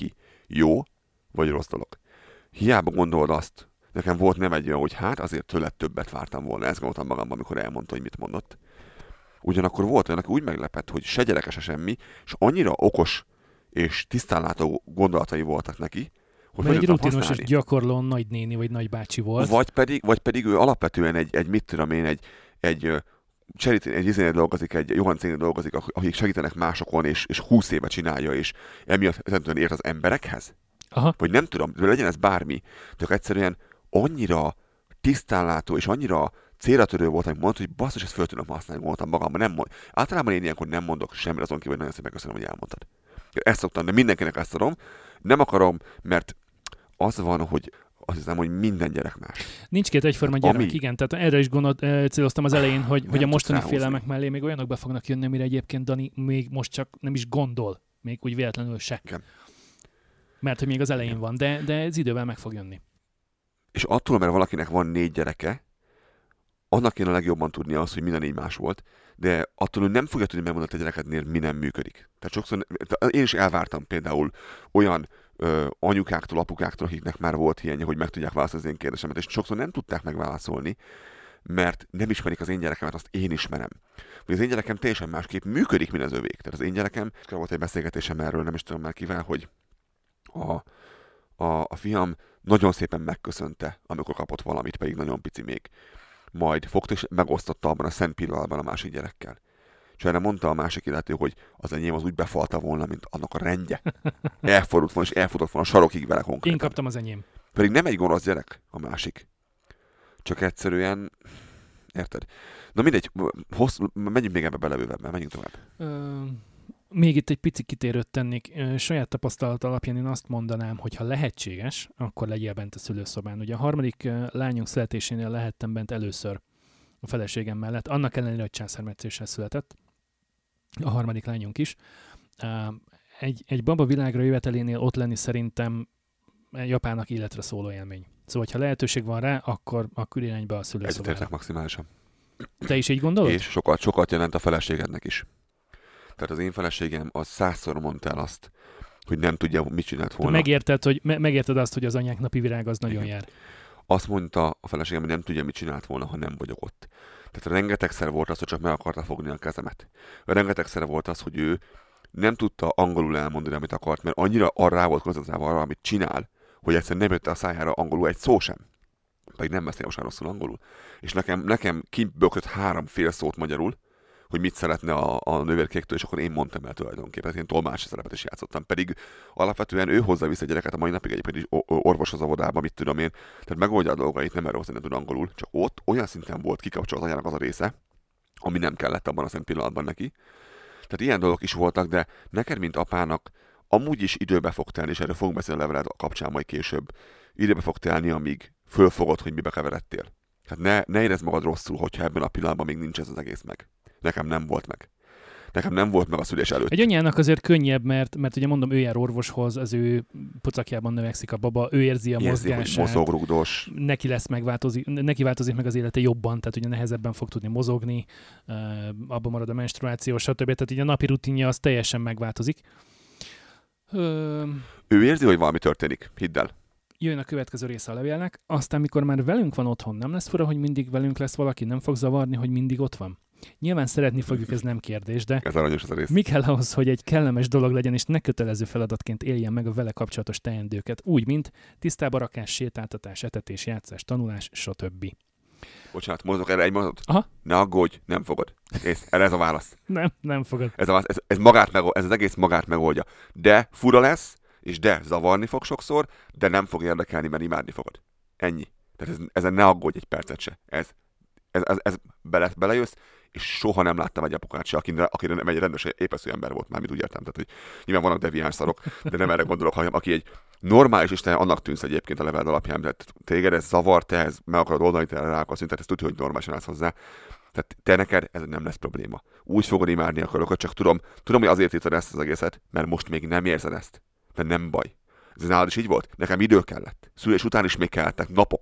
jó vagy rossz dolog. Hiába gondolod azt, nekem volt nem egy olyan, hogy hát azért tőle többet vártam volna, ezt gondoltam magamban, amikor elmondta, hogy mit mondott. Ugyanakkor volt olyan, aki úgy meglepett, hogy se gyerekes, se semmi, és annyira okos és tisztánlátó gondolatai voltak neki, hogy egy rutinos és gyakorló nagynéni vagy nagybácsi volt. Vagy pedig ő alapvetően egy mit tudom én, egy izénél dolgozik, egy olyan cégnél dolgozik, akik segítenek másokon, és 20 éve csinálja, és emiatt nem tudom, ért az emberekhez. Aha. Vagy nem tudom, de legyen ez bármi. Csak egyszerűen annyira tisztánlátó, és annyira célra törő volt, hogy mondta, hogy basszus, ezt föl tudom használni, gondoltam magamban. Általában én ilyenkor nem mondok semmit, azon kívül, hogy nagyon szépen köszönöm, hogy elmondtad. Ezt szoktam, de mindenkinek ezt adom. Nem akarom, mert az van, hogy azt hiszem, hogy minden gyerek más. Nincs két egyforma gyerek, igen. Tehát erre is céloztam az elején, hogy a mostani félelmek mellé még olyanok be fognak jönni, amire egyébként Dani még most csak nem is gondol. Még úgy véletlenül se. Igen. Mert hogy még az elején van, de ez idővel meg fog jönni. És attól, mert valakinek van 4 gyereke, annak kéne a legjobban tudni az, hogy minden 4 más volt, de attól, hogy nem fogja tudni megmondani, hogy a gyerekednél mi nem működik. Tehát sokszor, én is elvártam például olyan anyukáktól, apukáktól, akiknek már volt hiánya, hogy meg tudják válaszolni az én kérdésemet, és sokszor nem tudták megválaszolni, mert nem ismerik az én gyerekemet, azt én ismerem. Vagy az én gyerekem teljesen másképp működik, mint az övék. Tehát az én gyerekem, volt egy beszélgetésem erről, nem is tudom már kivel, hogy a fiam nagyon szépen megköszönte, amikor kapott valamit, pedig nagyon pici még. Majd fogta és megosztotta abban a szent pillanatban a másik gyerekkel. És erre mondta a másik illető, hogy az enyém az úgy befalta volna, mint annak a rendje. Elfordult volna, és elfutott volna a sarokig vele konkrétan. Én kaptam az enyém. Pedig nem egy gonosz gyerek a másik. Csak egyszerűen... Érted? Na mindegy, menjünk még ebbe bele bővebben, menjünk tovább. Még itt egy pici kitérőt tennék. Saját tapasztalat alapján én azt mondanám, hogy ha lehetséges, akkor legyél bent a szülőszobán. Ugye a harmadik lányunk születésénél lehettem bent először a feleségem mellett, annak ellenére, hogy császármetszéssel született, a harmadik lányunk is. Egy baba világra jövetelénél ott lenni szerintem egy apának életre szóló élmény. Szóval, ha lehetőség van rá, akkor irány be a szülőszobára. Egyetértek maximálisan. Te is így gondolod? És sokat jelent a feleségednek is. Tehát az én feleségem az 100-szor mondta el azt, hogy nem tudja, mit csinált volna. Megérted azt, hogy az anyák napi virág az nagyon jár. Azt mondta a feleségem, hogy nem tudja, mit csinált volna, ha nem vagyok ott. Tehát rengetegszer volt az, hogy csak meg akarta fogni a kezemet. Rengetegszer volt az, hogy ő nem tudta angolul elmondani, amit akart, mert annyira rá volt koncentrálva arra, amit csinál, hogy egyszerűen nem jött a szájára angolul egy szó sem. Pedig nem beszél most rosszul angolul. És nekem kibökött 3 fél szót magyarul, hogy mit szeretne a nővérkéktől, és akkor én mondtam el tulajdonképpen. Én tolmácsi szerepet is játszottam. Pedig alapvetően ő hozzá vissza a gyereket a mai napig egyébként is orvoshoz a óvodában, mit tudom én. Tehát megoldja a dolgait, nem erről hozzá, nem tud angolul, csak ott olyan szinten volt kikapcsolva az anyának az a része, ami nem kellett abban a szent pillanatban neki. Tehát ilyen dolgok is voltak, de neked, mint apának, amúgy is időbe fog telni, és erről fogunk beszélni a leveled kapcsán majd később, időbe fog telni, amíg fölfogod, hogy mibe keveredtél. Tehát ne érezd magad rosszul, hogyha ebben a pillanatban még nincs ez az egész meg. Nekem nem volt meg. Nekem nem volt meg a szülés előtt. Egy anyának azért könnyebb, mert ugye mondom, ő jár orvoshoz, az ő pocakjában növekszik a baba, ő érzi a mozgását. Mozogrugdos. Neki változik meg az élete jobban, tehát ugye nehezebben fog tudni mozogni, abban marad a menstruáció, stb. Tehát ugye a napi rutinja az teljesen megváltozik. Ő érzi, hogy valami történik, hidd el. Jön a következő része a levélnek, aztán mikor már velünk van otthon, nem lesz fura, hogy mindig velünk lesz valaki, nem fog zavarni, hogy mindig ott van. Nyilván szeretni fogjuk, ez nem kérdés, de ez aranyos, ez a rész. Mi kell ahhoz, hogy egy kellemes dolog legyen, és ne kötelező feladatként éljen meg a vele kapcsolatos teendőket, úgy, mint tisztába rakás, sétáltatás, etetés, játszás, tanulás, stb. Bocsánat, mondok erre egy mondatot? Aha. Ne aggódj, nem fogod. Erre ez a válasz. Nem fogod. Ez az egész magát megoldja. De fura lesz, és de zavarni fog sokszor, de nem fog érdekelni, mert imádni fogod. Ennyi. Tehát ezen ne aggódj egy percet se. Ez belejössz, és soha nem láttam egy apukát se, akire nem egy rendes, épeszű ember volt, már mit úgy értem. Tehát, hogy nyilván vannak deviáns szarok, de nem erre gondolok, hanem aki egy normális Isten, annak tűnsz egyébként a leveled alapján, tehát téged ez zavar, te ez meg akarod oldani, te rá akarsz, tehát ezt tudja, hogy normálisan állsz hozzá. Tehát te neked ez nem lesz probléma. Úgy fogod imádni a kölököt, csak tudom, hogy azért írtad ezt az egészet, mert most még nem érzed ezt. De nem baj. Ez nálad is így volt. Nekem idő kellett. Szülés után is még kellettek napok.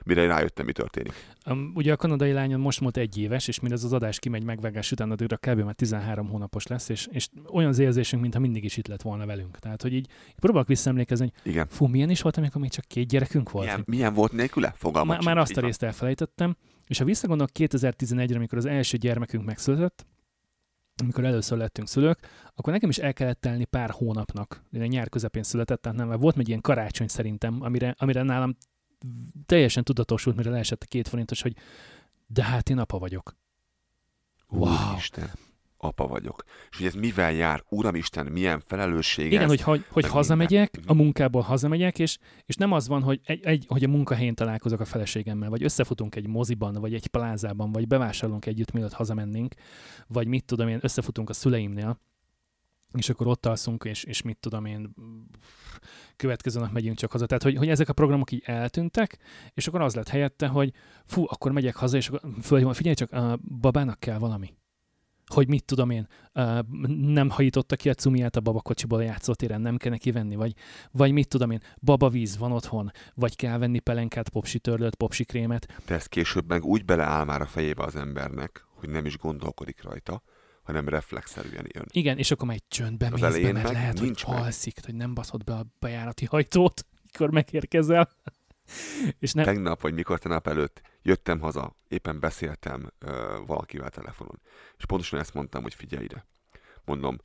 mire rájöttem, mi történik. Ugye a kanadai lányon most volt 1 éves, és mire ez az adás kimegy megvágás után, addigra kb. Már 13 hónapos lesz, és olyan az érzésünk, mintha mindig is itt lett volna velünk. Tehát, hogy így próbálok visszaemlékezni, hogy Igen. fú, milyen is volt, amikor még csak 2 gyerekünk volt. Milyen volt nélküle? Fogalmat Már azt a részt elfelejtettem. És ha visszagondolok 2011-re, amikor az első gyermekünk megszületett, amikor először lettünk szülők, akkor nekem is el kellett telni pár hónapnak. Én a nyár közepén született, tehát nem, volt egy ilyen karácsony szerintem, amire nálam teljesen tudatosult, mire leesett a 2 forintos, hogy de hát én apa vagyok. Wow. Úristen, apa vagyok. És hogy ez mivel jár? Uramisten, milyen felelősség igen, ez? hogy hazamegyek, a munkából hazamegyek, és nem az van, hogy hogy a munkahelyén találkozok a feleségemmel, vagy összefutunk egy moziban, vagy egy plázában, vagy bevásárolunk együtt, mielőtt hazamennénk, vagy mit tudom én, összefutunk a szüleimnél, és akkor ott alszunk, és mit tudom én, következő nap megyünk csak haza. Tehát, hogy ezek a programok így eltűntek, és akkor az lett helyette, hogy fú, akkor megyek haza, és akkor fölhívom, figyelj csak, a babának kell valami. Hogy mit tudom én, nem hajította ki a cumiát a babakocsiból a játszótéren, nem kell neki venni, vagy mit tudom én, babavíz van otthon, vagy kell venni pelenkát, popsitörlőt, popsikrémet. De ez később meg úgy beleáll már a fejébe az embernek, hogy nem is gondolkodik rajta, hanem reflexzerűen jön. Igen, és akkor már egy csöndbe mész be, mert lehet, hogy alszik, hogy nem baszod be a bejárati hajtót, mikor megérkezel. És nem... Tegnap, vagy mikor tegnap előtt jöttem haza, éppen beszéltem valakivel telefonon. És pontosan ezt mondtam, hogy figyelj ide. Mondom,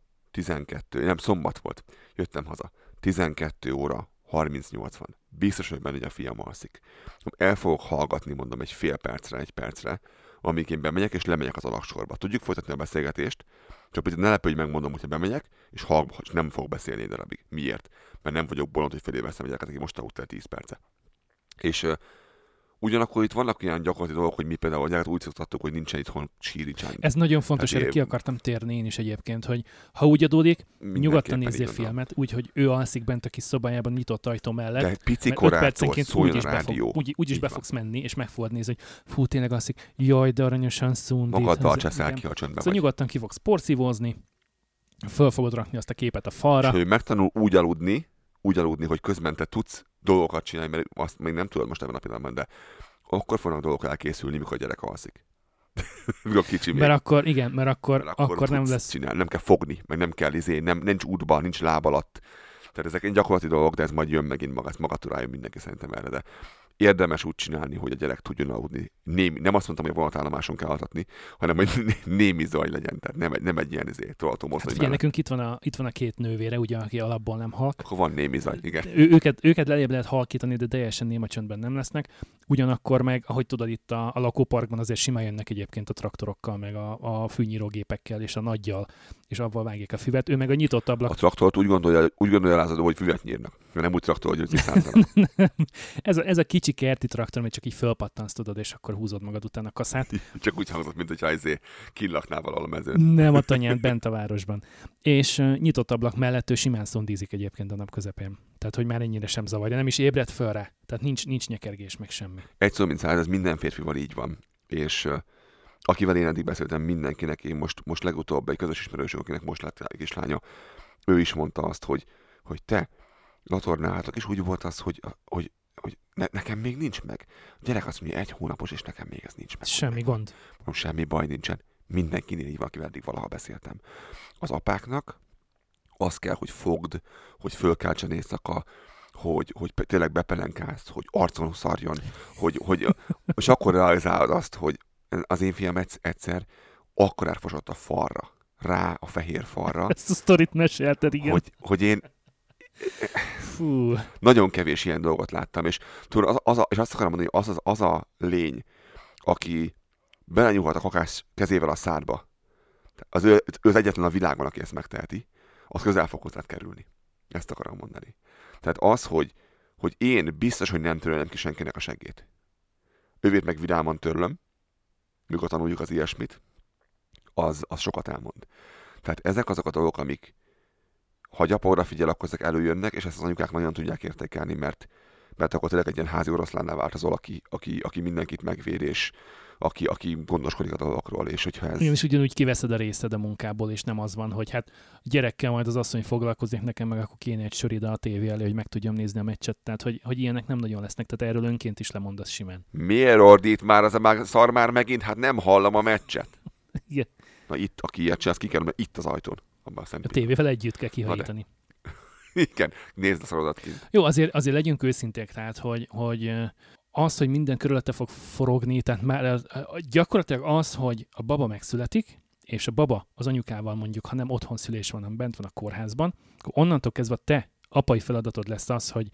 szombat volt. Jöttem haza. 12 óra 38 van. Biztos, hogy benne, hogy a fiam alszik. El fogok hallgatni, mondom, egy fél percre, 1 percre, amíg én bemegyek, és lemegyek az alagsorba. Tudjuk folytatni a beszélgetést, csak ne lepődj, megmondom, hogyha bemegyek, és nem fogok beszélni egy darabig. Miért? Mert nem vagyok bolond, hogy feléveszem a gyereket, aki most aludt el 10 perce. És ugyanakkor itt vannak olyan gyakorlati dolgok, hogy mi például a gyereket úgy szoktattuk, hogy nincsen itthon síricsánk. Ez nagyon fontos, erre ki akartam térni én is egyébként, hogy ha úgy adódik, nyugodtan nézzél filmet, úgyhogy ő alszik bent a kis szobájában nyitott ajtó mellett. De pici korától szóljon a rádió. Úgyis be fogsz menni, és meg fogod nézni, hogy fú, tényleg alszik, jaj, de aranyosan szundít. Magaddal cseszel ki, a csöndbe szóval vagy. nyugodtan ki fogsz porszívózni, föl fogod rakni azt a képet a falra. És hogy megtanul úgy aludni, hogy közben te tudsz dolgokat csinálni, mert azt még nem tudod most ebben a pillanatban, de akkor fognak dolgok elkészülni, mikor a gyerek alszik. Mikor kicsi még. Mert akkor nem lesz... Csinálni. Nem kell fogni, meg nem kell nincs útba, nincs láb alatt. Tehát ezek gyakorlati dolgok, de ez majd jön megint magatól rájön mindenki szerintem erre, de érdemes úgy csinálni, hogy a gyerek tudjon aludni. Nem azt mondtam, hogy a vonatállomáson kell altatni, hanem hogy némi zaj legyen, tehát nem egy ilyen tolatomot. Hát figyelj, nekünk itt van a 2 nővére, ugye, aki alapból nem halk. Akkor van némi zaj, igen. Őket lejjebb lehet halkítani, de teljesen néma csöndben nem lesznek. Ugyanakkor meg, ahogy tudod, itt a lakóparkban azért simán jönnek egyébként a traktorokkal, meg a fűnyírógépekkel és a nagyjal, és avval vágják a füvet. Ő meg a nyitott ablak. A traktort úgy gondolja lázadó, hogy füvet nyírnak. Mert nem úgy traktor, hogy 500-ra. ez a kicsi kerti traktor, amit csak így fölpattansz, tudod, és akkor húzod magad után a kaszát. Csak úgy hangzott, mint hogyha kinlaknál valahol a mezőn. Nem a tanyán, bent a városban. És nyitott ablak mellett ő simán szondízik egyébként a nap közepén. Tehát, hogy már ennyire sem zavarja. Nem is ébredt föl rá. Tehát nincs nyekergés, meg semmi. Egy szó, mint 100, ez minden férfival így van. És akivel én eddig beszéltem, mindenkinek, én most legutóbb egy közös ismerősünk, akinek most lett egy kislánya, ő is mondta azt, hogy te latornálhatok, és úgy volt az, hogy nekem még nincs meg. A gyerek azt mondja, 1 hónapos, és nekem még ez nincs meg. Semmi gond. Semmi baj nincsen. Mindenkinél így van, akivel eddig valaha beszéltem. Az apáknak az kell, hogy fogd, hogy fölkeltsen éjszaka, hogy tényleg bepelenkázd, hogy arcon szarjon, és akkor realizálod azt, hogy az én fiam egyszer akkor átfosott a falra, rá a fehér falra. Ezt a sztorit mesélted, igen. Hogy én Fú. Nagyon kevés ilyen dolgot láttam, és tudod, és azt akarom mondani, hogy az a lény, aki belenyúlhat a kakás kezével a szádba, ő az egyetlen a világon, aki ezt megteheti, az közel fog hozzád kerülni. Ezt akarom mondani. Tehát az, hogy én biztos, hogy nem törölem ki senkinek a seggét. Ővét meg vidáman törlöm, mikor tanuljuk az ilyesmit, az sokat elmond. Tehát ezek azok a dolgok, amik, ha gyapa odafigyel, akkor ezek előjönnek, és ezt az anyukák nagyon tudják értékelni, mert mert akkor tényleg egy ilyen házi oroszlánnál változol, aki mindenkit megvéd, és aki gondoskodik a dolgokról, és hogyha ez... Igen, és ugyanúgy kiveszed a részed a munkából, és nem az van, hogy hát gyerekkel majd az asszony foglalkozik, nekem meg akkor kéne egy sor ide a tévé elé, hogy meg tudjam nézni a meccset, tehát hogy ilyenek nem nagyon lesznek, tehát erről önként is lemondasz simán. Miért ordít már az a szar már megint? Hát nem hallom a meccset. Igen. Na itt, aki ilyet csinál, ki kell, mert itt az ajtón. A tévével együtt kell kihajítani. Igen, nézd a szorodat kint. Jó, azért legyünk őszinték, tehát hogy az, hogy minden körülötte fog forogni, tehát már gyakorlatilag az, hogy a baba megszületik, és a baba az anyukával mondjuk, ha nem otthon szülés van, hanem bent van a kórházban, akkor onnantól kezdve te apai feladatod lesz az, hogy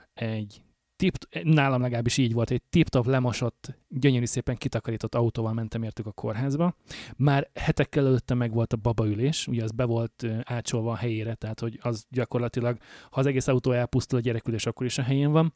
nálam legalábbis így volt, egy tip-top lemosott, gyönyörű szépen kitakarított autóval mentem értük a kórházba. Már hetekkel előtte meg volt a babaülés, ugye az be volt ácsolva a helyére, tehát hogy az gyakorlatilag, ha az egész autó elpusztul, a gyerekülés akkor is a helyén van.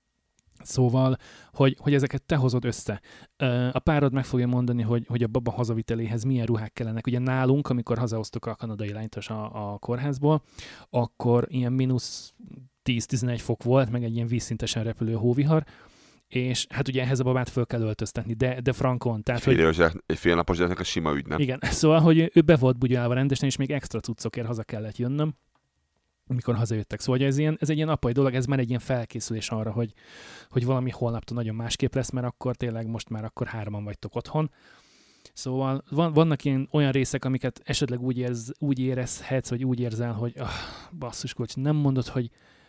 Szóval, hogy ezeket te hozod össze. A párod meg fogja mondani, hogy a baba hazaviteléhez milyen ruhák kellenek. Ugye nálunk, amikor hazahoztuk a kanadai lányt a kórházból, akkor ilyen mínusz 10-11 fok volt, meg egy ilyen vízszintesen repülő hóvihar, és hát ugye ehhez a babát föl kell öltöztetni, de frankon. Tehát, egy félnapos gyereknek a sima ügy, nem? Igen, szóval, hogy ő be volt bugyolálva rendesen, és még extra cuccokért haza kellett jönnöm, amikor hazajöttek. Szóval ez egy ilyen apai dolog, ez már egy ilyen felkészülés arra, hogy valami holnaptól nagyon másképp lesz, mert akkor tényleg most már akkor 3-an vagytok otthon. Szóval vannak olyan részek, amiket esetleg úgy érezhetsz, vagy úgy érzel, hogy basszus kocs, nem mondod, hogy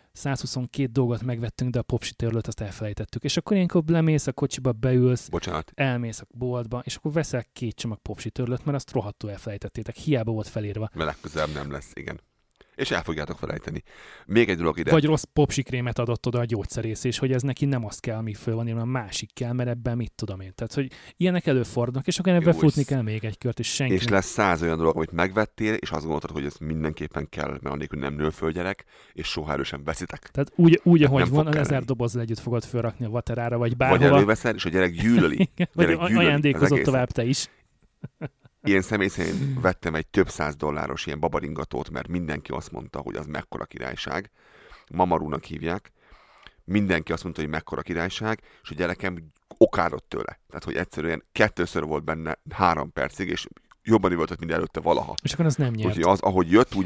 122 dolgot megvettünk, de a popsi törlőt azt elfelejtettük. És akkor ilyenkor lemész a kocsiba, beülsz, elmész a boltba, és akkor veszel 2 csomag popsi törlőt, mert azt rohadtul elfelejtettétek. Hiába volt felírva. Mert legközelebb nem lesz, igen. És el fogjátok felejteni. Még egy dolog ide. Vagy rossz popsikrémet adott oda a gyógyszerész, és hogy ez neki nem az kell, ami föl van írva, a másik kell, mert ebben mit tudom én. Tehát, hogy ilyenek előfordulnak, és akkor ebben futni kell még egy kört, és senki. És lesz 100 olyan dolog, amit megvettél, és azt gondoltad, hogy ez mindenképpen kell, mert annélkül nem nő föl gyerek, és soha erősen veszitek. Tehát úgy ahogy van, az 1000 dobozzal együtt fogod fölrakni a vaterára, vagy bárhova. Vagy előveszed, és a gyerek gyűlöli. Vagy ajándékozott tovább te is. Ilyen személy szerint vettem egy több $100 ilyen babaringatót, mert mindenki azt mondta, hogy az mekkora királyság. Mamarúnak hívják. Mindenki azt mondta, hogy mekkora királyság, és a gyerekem okádott tőle. Tehát, hogy egyszerűen 2-ször volt benne 3 percig, és jobban üvöltött, mint előtte valaha. És akkor az nem nyert. Úgyhogy az, ahogy jött,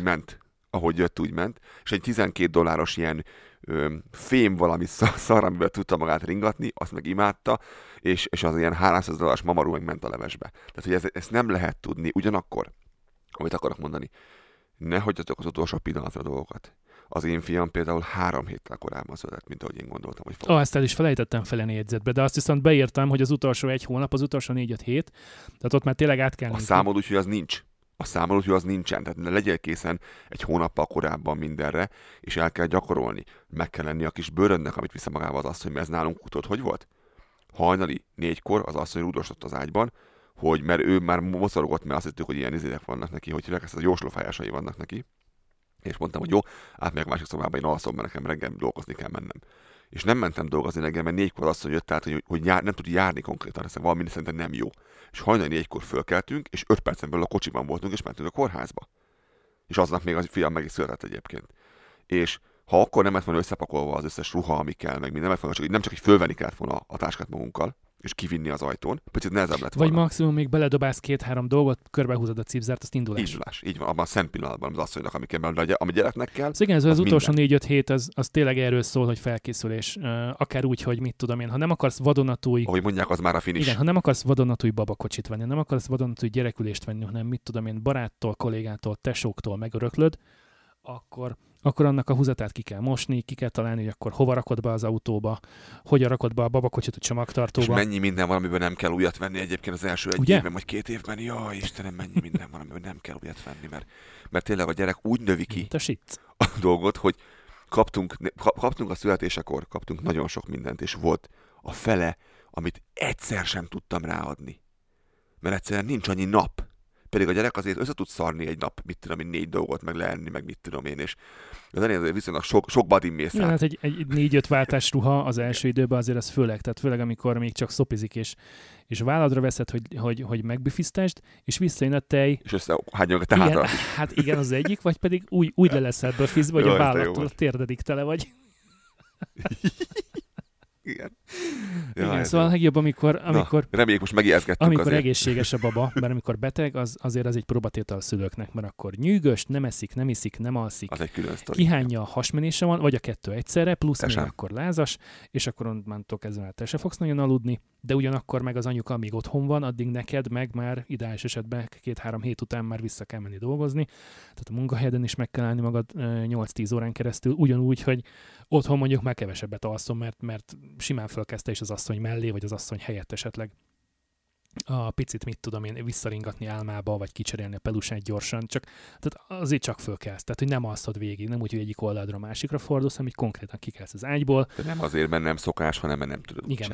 úgy ment. És egy $12 ilyen fém valami szar, amivel tudta magát ringatni, azt meg imádta, és az ilyen $300 mamarú meg ment a levesbe. Tehát, hogy ezt nem lehet tudni. Ugyanakkor, amit akarok mondani, ne hagyjatok az utolsó pillanatra dolgokat. Az én fiam például 3 héttel korábban született, mint ahogy én gondoltam, hogy fog. Ezt el is felejtettem fel a jegyzetbe, de azt viszont beírtam, hogy az utolsó 1 hónap, az utolsó 4-5 hét, tehát ott már tényleg át kell. A számod úgy, hogy az nincs. A számolod, hogy az nincsen. Tehát legyél készen 1 hónappal korábban mindenre, és el kell gyakorolni. Meg kell lenni a kis bőrödnek, amit vissza magával az asszony, mert ez nálunk tudod, hogy volt? Hajnali 4-kor az asszony rúdostott az ágyban, mert ő már mocorogott, mert azt hittük, hogy ilyen izének vannak neki, hogy hívják, ezt a jóslófájásai vannak neki. És mondtam, hogy jó, átmegyek a másik szobába, én alszom, mert nekem reggel dolgozni kell mennem. És nem mentem dolgozni reggel, mert 4-kor az asszony jött át, hogy nem tud járni konkrétan, hiszen valami szerintem nem jó. És hajnali 4-kor fölkeltünk, és 5 percen belül a kocsiban voltunk, és mentünk a kórházba. És aznap még a fiam meg is született egyébként. És ha akkor nem lett volna összepakolva az összes ruha, ami kell, meg minden, nem csak így fölvenni kellett volna a táskát magunkkal, és kivinni az ajtón, picit nehezebb lett volna. Vagy maximum még beledobálsz 2-3 dolgot, körbehúzod a cipzárt, azt indulás. Így van, abban a szent pillanatban az asszonynak, ami gyereknek kell. Szóval igen, az utolsó 4-5 hét az tényleg erről szól, hogy felkészülés. Akár úgy, hogy mit tudom én, ha nem akarsz vadonatúj... Ahogy mondják, az már a finish. Igen, ha nem akarsz vadonatúj babakocsit venni, nem akarsz vadonatúj gyerekülést venni, hanem mit tudom én, baráttól, kollégától, tesóktól megöröklöd, akkor annak a húzatát ki kell mosni, ki kell találni, hogy akkor hova rakod be az autóba, hogyan rakod be a babakocsit a csomagtartóba. És mennyi minden van, amiből nem kell újat venni egyébként az első 1 évben, vagy 2 évben. Jaj, Istenem, mennyi minden van, amiből nem kell újat venni, mert tényleg a gyerek úgy növi ki a dolgot, hogy kaptunk a születésekor, kaptunk nagyon sok mindent, és volt a fele, amit egyszer sem tudtam ráadni. Mert egyszerűen nincs annyi nap. Pedig a gyerek azért össze tud szarni egy nap, mit tudom én, 4 dolgot, meg leenni, meg mit tudom én, és az elég azért viszonylag sok badin mész át. Hát egy 4-5 váltás ruha az első időben azért az főleg, amikor még csak szopizik, és válladra veszed, hogy megbüfisztesd, és visszajön a tej. És összehányolnak a tehátra is. Hát igen, az egyik, vagy pedig úgy le leszel befizve, hogy a vállattól térdedik tele vagy. Igen. Igen, szóval a legjobb, amikor reméljük, most megijeszgettünk amikor azért. egészséges a baba, mert amikor beteg, azért az egy próbatétel a szülőknek, mert akkor nyűgös, nem eszik, nem iszik, nem alszik. Az egy külön sztori. Kihányja, hasmenése van, vagy a kettő egyszerre, plusz még sem. akkor lázas, és akkor onnantól kezdve te se fogsz nagyon aludni, de ugyanakkor meg az anyuka még otthon van, addig neked meg már ideális esetben 2-3 hét után már vissza kell menni dolgozni. Tehát a munkahelyeden is meg kell állni magad 8-10 órán keresztül, ugyanúgy, hogy otthon mondjuk már kevesebbet alszom, mert simán fölkezdte is az asszony mellé, vagy az asszony helyett esetleg a picit, mit tudom én, visszaringatni álmába, vagy kicserélni a pelusát gyorsan, tehát azért csak fölkelsz. Tehát, hogy nem alszod végig, nem úgy, hogy egyik oldalra a másikra fordulsz, hanem így konkrétan kikelsz az ágyból. De nem azért, mert nem szokás, hanem mert nem tudod. Igen.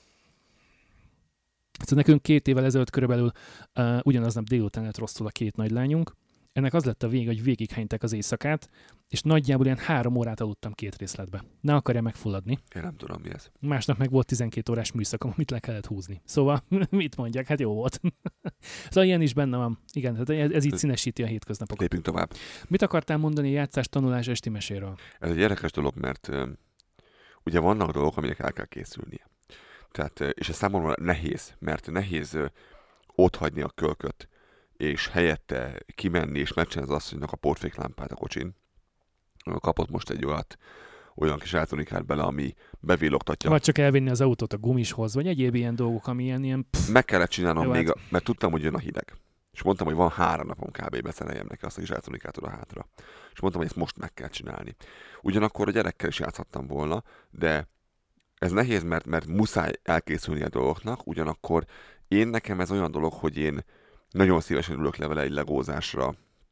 Szóval nekünk 2 évvel ezelőtt körülbelül ugyanaznap délután lett rosszul a 2 nagylányunk. Ennek az lett a vége, hogy végighányták az éjszakát, és nagyjából ilyen 3 órát aludtam 2 részletbe. Ne akarja megfulladni. Én nem tudom, mi ez. Másnap meg volt 12 órás műszakom, amit le kellett húzni. Szóval mit mondják? Hát jó volt. Szóval ilyen is benne van. Igen, tehát ez így színesíti a hétköznapokat. Lépjünk tovább. Mit akartál mondani játszás, tanulás, esti meséről? Ez egy érdekes dolog, mert ugye vannak dolgok, aminek el kell készülnie. Tehát, és ez számomra nehéz, mert nehéz otthagyni a kölköt, és helyette kimenni és megcsinálni az asszonynak a portféklámpát a kocsin. Kapott most egy olyan kis elektronikát bele, ami bevillogtatja. Vagy csak elvinni az autót a gumishoz, vagy egyéb ilyen dolgok, ami ilyen... Meg kellett csinálnom még, mert tudtam, hogy jön a hideg. És mondtam, hogy van 3 napom kb. Beszereljem neki azt a kis elektronikát oda hátra. És mondtam, hogy ezt most meg kell csinálni. Ugyanakkor a gyerekkel is játszhattam volna, de ez nehéz, mert muszáj elkészülni a dolgoknak, ugyanakkor nekem ez olyan dolog, hogy én nagyon szívesen ülök le vele egy legózásra.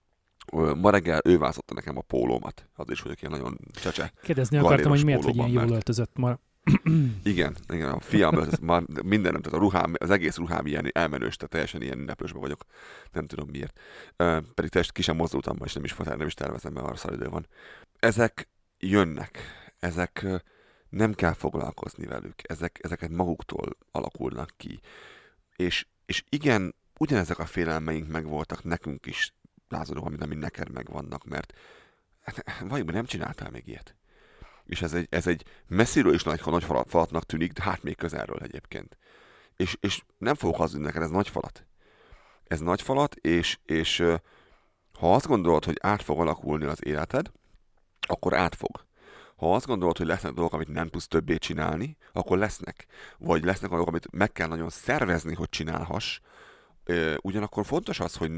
Ma reggel ő választotta nekem a pólómat. Az is vagyok ilyen nagyon csecse. Kérdezni akartam, hogy miért vagy ilyen jól öltözött ma. Igen, a fiam, mindenem, tehát a ruhám, az egész ruhám ilyen elmenős, tehát teljesen ilyen ünneplősben vagyok. Nem tudom miért. Pedig ki sem mozdultam ma, és nem is tervezem, mert arra szaridő van. Ezek jönnek. Ezek nem kell foglalkozni velük. Ezeket maguktól alakulnak ki. És igen, ugyanezek a félelmeink megvoltak nekünk is, Lázadó, amit neked megvannak, mert valójában nem csináltál még ilyet. És ez egy messziről is nagy falatnak tűnik, de hát még közelről egyébként. És nem fogok hazudni neked, ez nagy falat. Ez nagy falat, és ha azt gondolod, hogy át fog alakulni az életed, akkor át fog. Ha azt gondolod, hogy lesznek dolgok, amit nem tudsz többé csinálni, akkor lesznek. Vagy lesznek dolgok, amit meg kell nagyon szervezni, hogy csinálhass. Ugyanakkor fontos az, hogy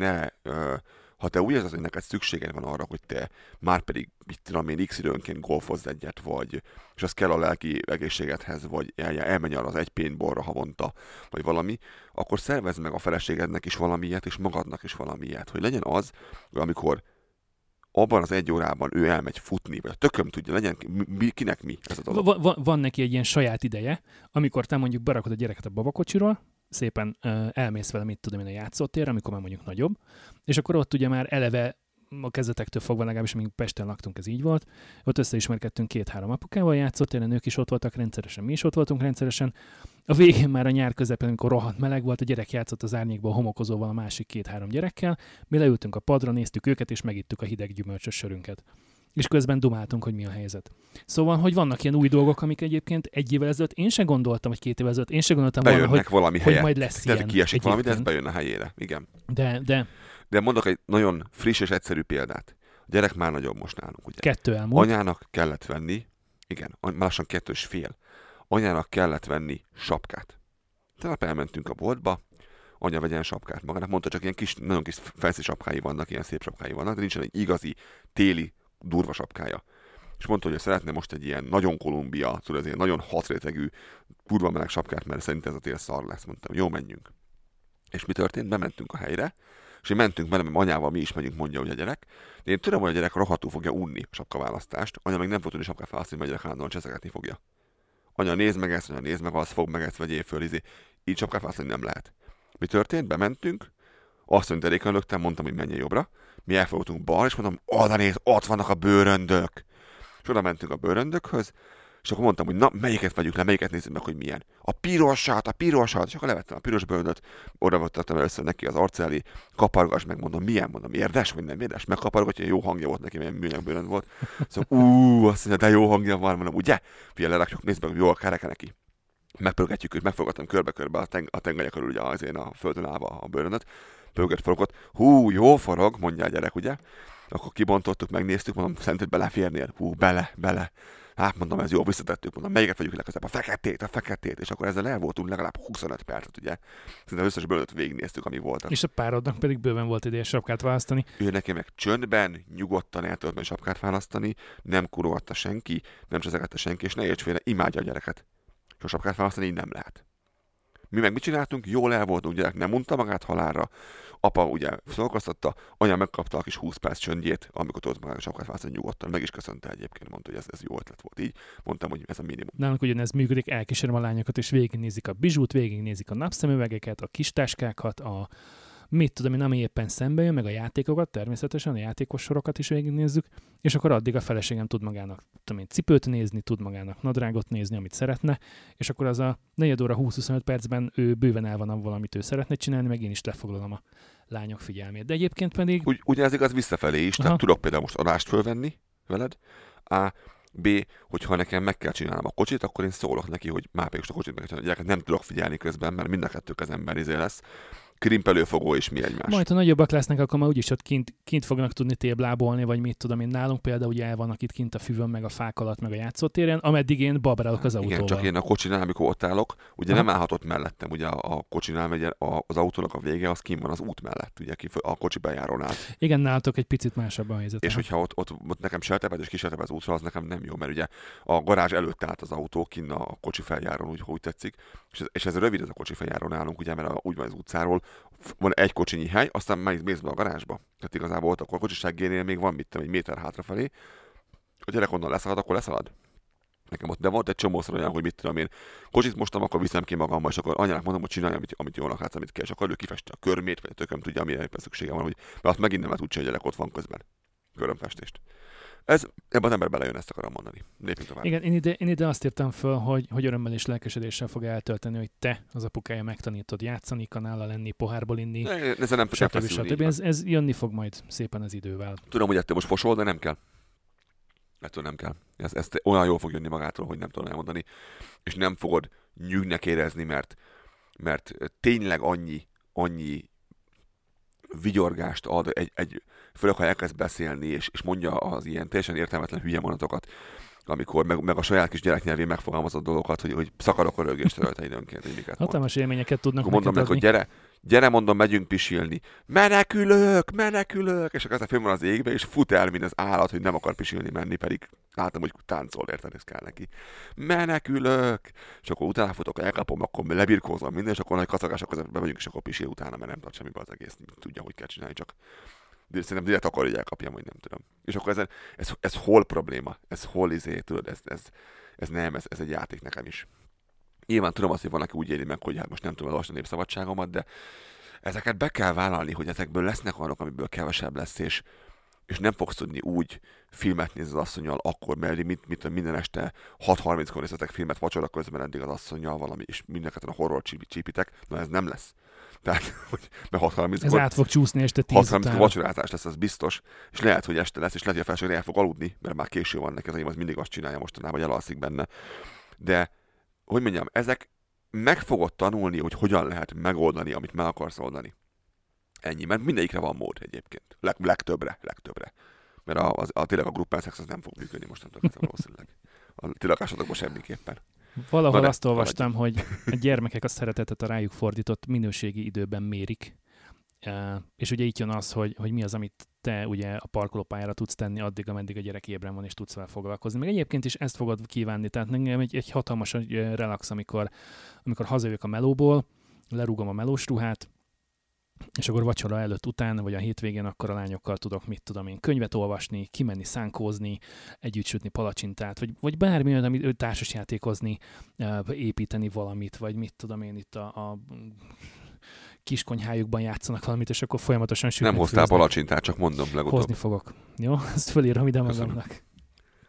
ha te úgy érzed, hogy neked szükséged van arra, hogy te már pedig, mit tudom én, x időnként golfozz egyet, és az kell a lelki egészségedhez, vagy elmenj arra az egy paintballra havonta, vagy valami, akkor szervezd meg a feleségednek is valamilyet, és magadnak is valamilyet. Hogy legyen az, amikor abban az 1 órában ő elmegy futni, vagy a tököm tudja, legyen kinek mi ez a dolog. Van neki egy ilyen saját ideje, amikor te mondjuk berakod a gyereket a babakocsiról, szépen elmész vele, mit tudom én, a játszótérre, amikor már mondjuk nagyobb, és akkor ott ugye már eleve a kezdetektől fogva, legalábbis amíg Pesten laktunk, ez így volt, ott összeismerkedtünk 2-3 apukával, játszótéren, ők is ott voltak rendszeresen, mi is ott voltunk rendszeresen. A végén már a nyár közepén, amikor rohadt meleg volt, a gyerek játszott az árnyékban homokozóval a másik 2-3 gyerekkel, mi leültünk a padra, néztük őket, és megittük a hideg gyümölcsös sörünket. És közben dumáltunk, hogy mi a helyzet. Szóval, hogy vannak ilyen új dolgok, amik egyébként 1 évvel ezelőtt én sem gondoltam, vagy 2 évvel ezelőtt én sem gondoltam volna, hogy majd lesz ilyen. Tehát kiesik valami, de ez bejön a helyére. Igen. De mondok egy nagyon friss és egyszerű példát. A gyerek már nagyobb most nálunk, ugye? 2 elmúlt. Anyának kellett venni, igen, már lassan 2,5. Anyának kellett venni sapkát. Tehát elmentünk a boltba, anya vegyen sapkát magának. Mondta, csak ilyen kis, nagyon kis fancy sapkái vannak, ilyen szép sapkái vannak, de nincsen egy igazi téli durva sapkája. És mondta, hogy szeretne most egy ilyen nagyon Kolumbia, tudod, ez ilyen nagyon hatrétegű, kurva meleg sapkát, mert szerint ez a tél szar lesz. Mondtam, jó, menjünk. És mi történt? Bementünk a helyre, és én mentünk bele, mert anyával mi is megyünk, mondja ugye a gyerek. De én tudom, hogy a gyerek rohadtul fogja unni a sapkaválasztást. Anya meg nem fog tudni sapkát választani, mert a gyerek állandóan cseszegetni fogja. Anya, nézd meg ezt, anya, nézd meg azt, fog meg ezt, vegyél föl, így sapkát választani nem lehet. Mi történt? Bementünk, azt mondta, deréken löktem, mondtam, hogy menjen jobbra. Mi elfogtunk balra, és mondom, oda nézd, ott vannak a bőröndök. És oda mentünk a bőröndökhöz, És akkor mondtam, hogy na, melyiket vegyük le, melyiket nézzük meg, hogy milyen. A pirosat, és akkor levettem a piros bőröndöt, oda vettem először neki az arc elé, kapargass meg, mondom, milyen, mondom, érdes vagy nem érdes, megkapargatja, jó hangja volt neki, milyen műanyag bőrönd volt. Szóval, azt mondja, de jó hangja van, mondom, ugye? Figyelj, lerakjuk, nézd meg, jól kereke neki. Megpörgetjük őt, megforgattam körbe-körbe a tengelye körül, ugye azért a földön állva a bőröndöt, forgott, jó forog, mondja a gyerek, ugye? Akkor kibontottuk, megnéztük, mondom, szerinted beleférnél? Bele. Hát mondom, ez jó, visszatettük, mondom, melyiket vegyük legközelebb? A feketét, és akkor ezzel el voltunk legalább 25 percet, ugye? Szerintem az összes bőröndöt végignéztük, ami voltak. És a párodnak pedig bőven volt ideje sapkát választani. Ő neki meg csöndben, nyugodtan el tudott meg sapkát választani, nem kurogatta senki, nem cseszegette senki, és ne érts félre, imádja a gyereket. És a sapkát választani így nem lehet. Mi meg mit csináltunk? Jól el voltunk, gyerek nem unta magát halálra. Apa ugye szolgoztatta, anya megkapta a kis 20 perc csöndjét, amikor tudott magát a sapkát választani nyugodtan. Meg is köszönte egyébként, mondta, hogy ez jó ötlet volt így. Mondtam, hogy ez a minimum. Nálunk ugyanez működik, elkísérem a lányokat, és végignézik a bizsút, végignézik a napszemüvegeket, a kistáskákat, mit tudom én, ami éppen szembe jön, meg a játékokat, természetesen a játékos sorokat is végignézzük, és akkor addig a feleségem tud magának cipőt nézni, tud magának nadrágot nézni, amit szeretne, és akkor az a 4 óra 20-25 percben ő bőven el van abból, amit ő szeretne csinálni, meg én is lefoglalom a lányok figyelmét. De egyébként pedig... Ugye ez igaz visszafelé is, tehát tudok például most adást fölvenni veled, B, hogyha nekem meg kell csinálnom a kocsit, akkor én szólok neki, hogy már pedig a kocsit meg kell csinálni, nem tudok figyelni közben, mert mind a kettő kezemben lesz. Krimpelőfogó és mi egymás. Majd, ha nagyobbak lesznek, akkor már úgyis ott kint fognak tudni téblábolni, vagy mit tudom én. Nálunk például ugye el vannak itt kint a füvön, meg a fák alatt, meg a játszótéren, ameddig én babrálok az autóval. Igen, csak én a kocsinál, amikor ott állok, ugye nem állhatott mellettem, ugye a kocsinál megy, az autónak a vége, az kint van az út mellett, ugye a kocsi bejáron át. Igen, nálatok egy picit másabb a helyzet. És hogyha ott nekem seltebed és kiseltebed az útra, az nekem nem jó, mert ugye a garázs előtt állt az autó, kinn a kocsi feljáron, úgy tetszik, és ez rövid ez a kocsi feljáron állunk, ugye, mert úgy van az utcáról, van egy kocsinyi hely, aztán mész be a garázsba. Tehát igazából ott akkor a kocsisággénél még van egy méter hátrafelé. A gyerek onnan leszalad, akkor leszalad. Nekem ott, de volt egy csomószor olyan, hogy mit tudom én, kocsit mostam, akkor viszem ki magammal, és akkor anyának mondom, hogy csinálja, amit jól látsz, amit kell, és akkor ő kifesti a körmét, vagy a tököm tudja, amire éppen szüksége van, hogy mert azt megint nem lehet úgy csinálni, hogy a gyerek ott van közben. Körömfestést. Ebben az ember belejön, ezt akarom mondani. Lépjünk tovább. Igen, én ide azt írtam föl, hogy örömmel és lelkesedéssel fog eltölteni, hogy te, az apukája megtanítod játszani, kanálla lenni, pohárból inni, ezzel nem kell feszülni. Ez jönni fog majd szépen az idővel. Tudom, hogy ettől most fosol, de nem kell. Ettől nem kell. Ez olyan jól fog jönni magától, hogy nem tudom elmondani. És nem fogod nyűgnek érezni, mert tényleg annyi vigyorgást ad főleg ha elkezd beszélni, és mondja az ilyen teljesen értelmetlen hülye mondatokat, amikor meg a saját kis gyereknyelvén megfogalmazott dolgokat, hogy szakadok a rögést rajta időnként, hogy miket mond. Hatalmas élményeket tudnak neked mondom meg, hogy gyere, mondom, megyünk pisilni. Menekülök! És akkor aztán fönn van az égbe, és fut el, mint az állat, hogy nem akar pisilni menni, pedig látom, hogy táncol, érted, ez kell neki. Menekülök! És akkor utána futok, elkapom, akkor lebirkózom minden, és akkor nagy kacagások között bemegyünk, és akkor pisil utána, mert nem tart semmibe az egész, tudja, hogy kell csinálni, csak szerintem direkt akarja, hogy elkapjam, hogy nem tudom. És akkor ez hol probléma? Ez hol tudod, ez egy játék nekem is. Nyilván tudom azt, hogy van, aki úgy éli meg, hogy hát most nem tudom elolvasni a népszabadságomat, de ezeket be kell vállalni, hogy ezekből lesznek olyanok, amiből kevesebb lesz, és nem fogsz tudni úgy filmet nézni az asszonnyal akkor, mert minden este 6:30-kor nézhetek filmet vacsora közben eddig az asszonnyal valami, és mindenketten a horror csípitek. Na ez nem lesz. Tehát, mert 6:30-kor... Ez át fog csúszni este 10 után. 6:30-kor vacsorázás lesz, az biztos. És lehet, hogy este lesz, és lehet, hogy a felsőre el fog aludni, mert már késő van neki, az mindig azt csinálja mostanában, hogy elalszik benne. De, hogy mondjam, ezek meg fogod tanulni, hogy hogyan lehet megoldani, amit meg akarsz oldani. Ennyi, mert mindegyikre van mód egyébként. Legtöbbre. Mert tényleg a gruppán szex az nem fog működni mostantól valószínűleg. A ti lakásodokban semmiképpen. Valahol azt olvastam, hogy a gyermekek a szeretetet a rájuk fordított minőségi időben mérik. És ugye itt jön az, hogy mi az, amit te ugye a parkolópályára tudsz tenni addig, ameddig a gyerek ébren van, és tudsz vele foglalkozni. Meg egyébként is ezt fogod kívánni. Tehát nekem egy hatalmas relax, amikor hazajövök a melóból, lerúgom a melós ruhát, és akkor vacsora előtt után, vagy a hétvégén akkor a lányokkal tudok, mit tudom én, könyvet olvasni, kimenni szánkózni, együtt sütni palacsintát, vagy bármi olyan, amit társasjátékozni, építeni valamit, vagy mit tudom én, itt a kiskonyhájukban játszanak valamit, és akkor folyamatosan sütnek. Nem hoztál palacsintát, csak mondom legutóbb. Hozni fogok. Jó? Ezt fölírom ide magamnak.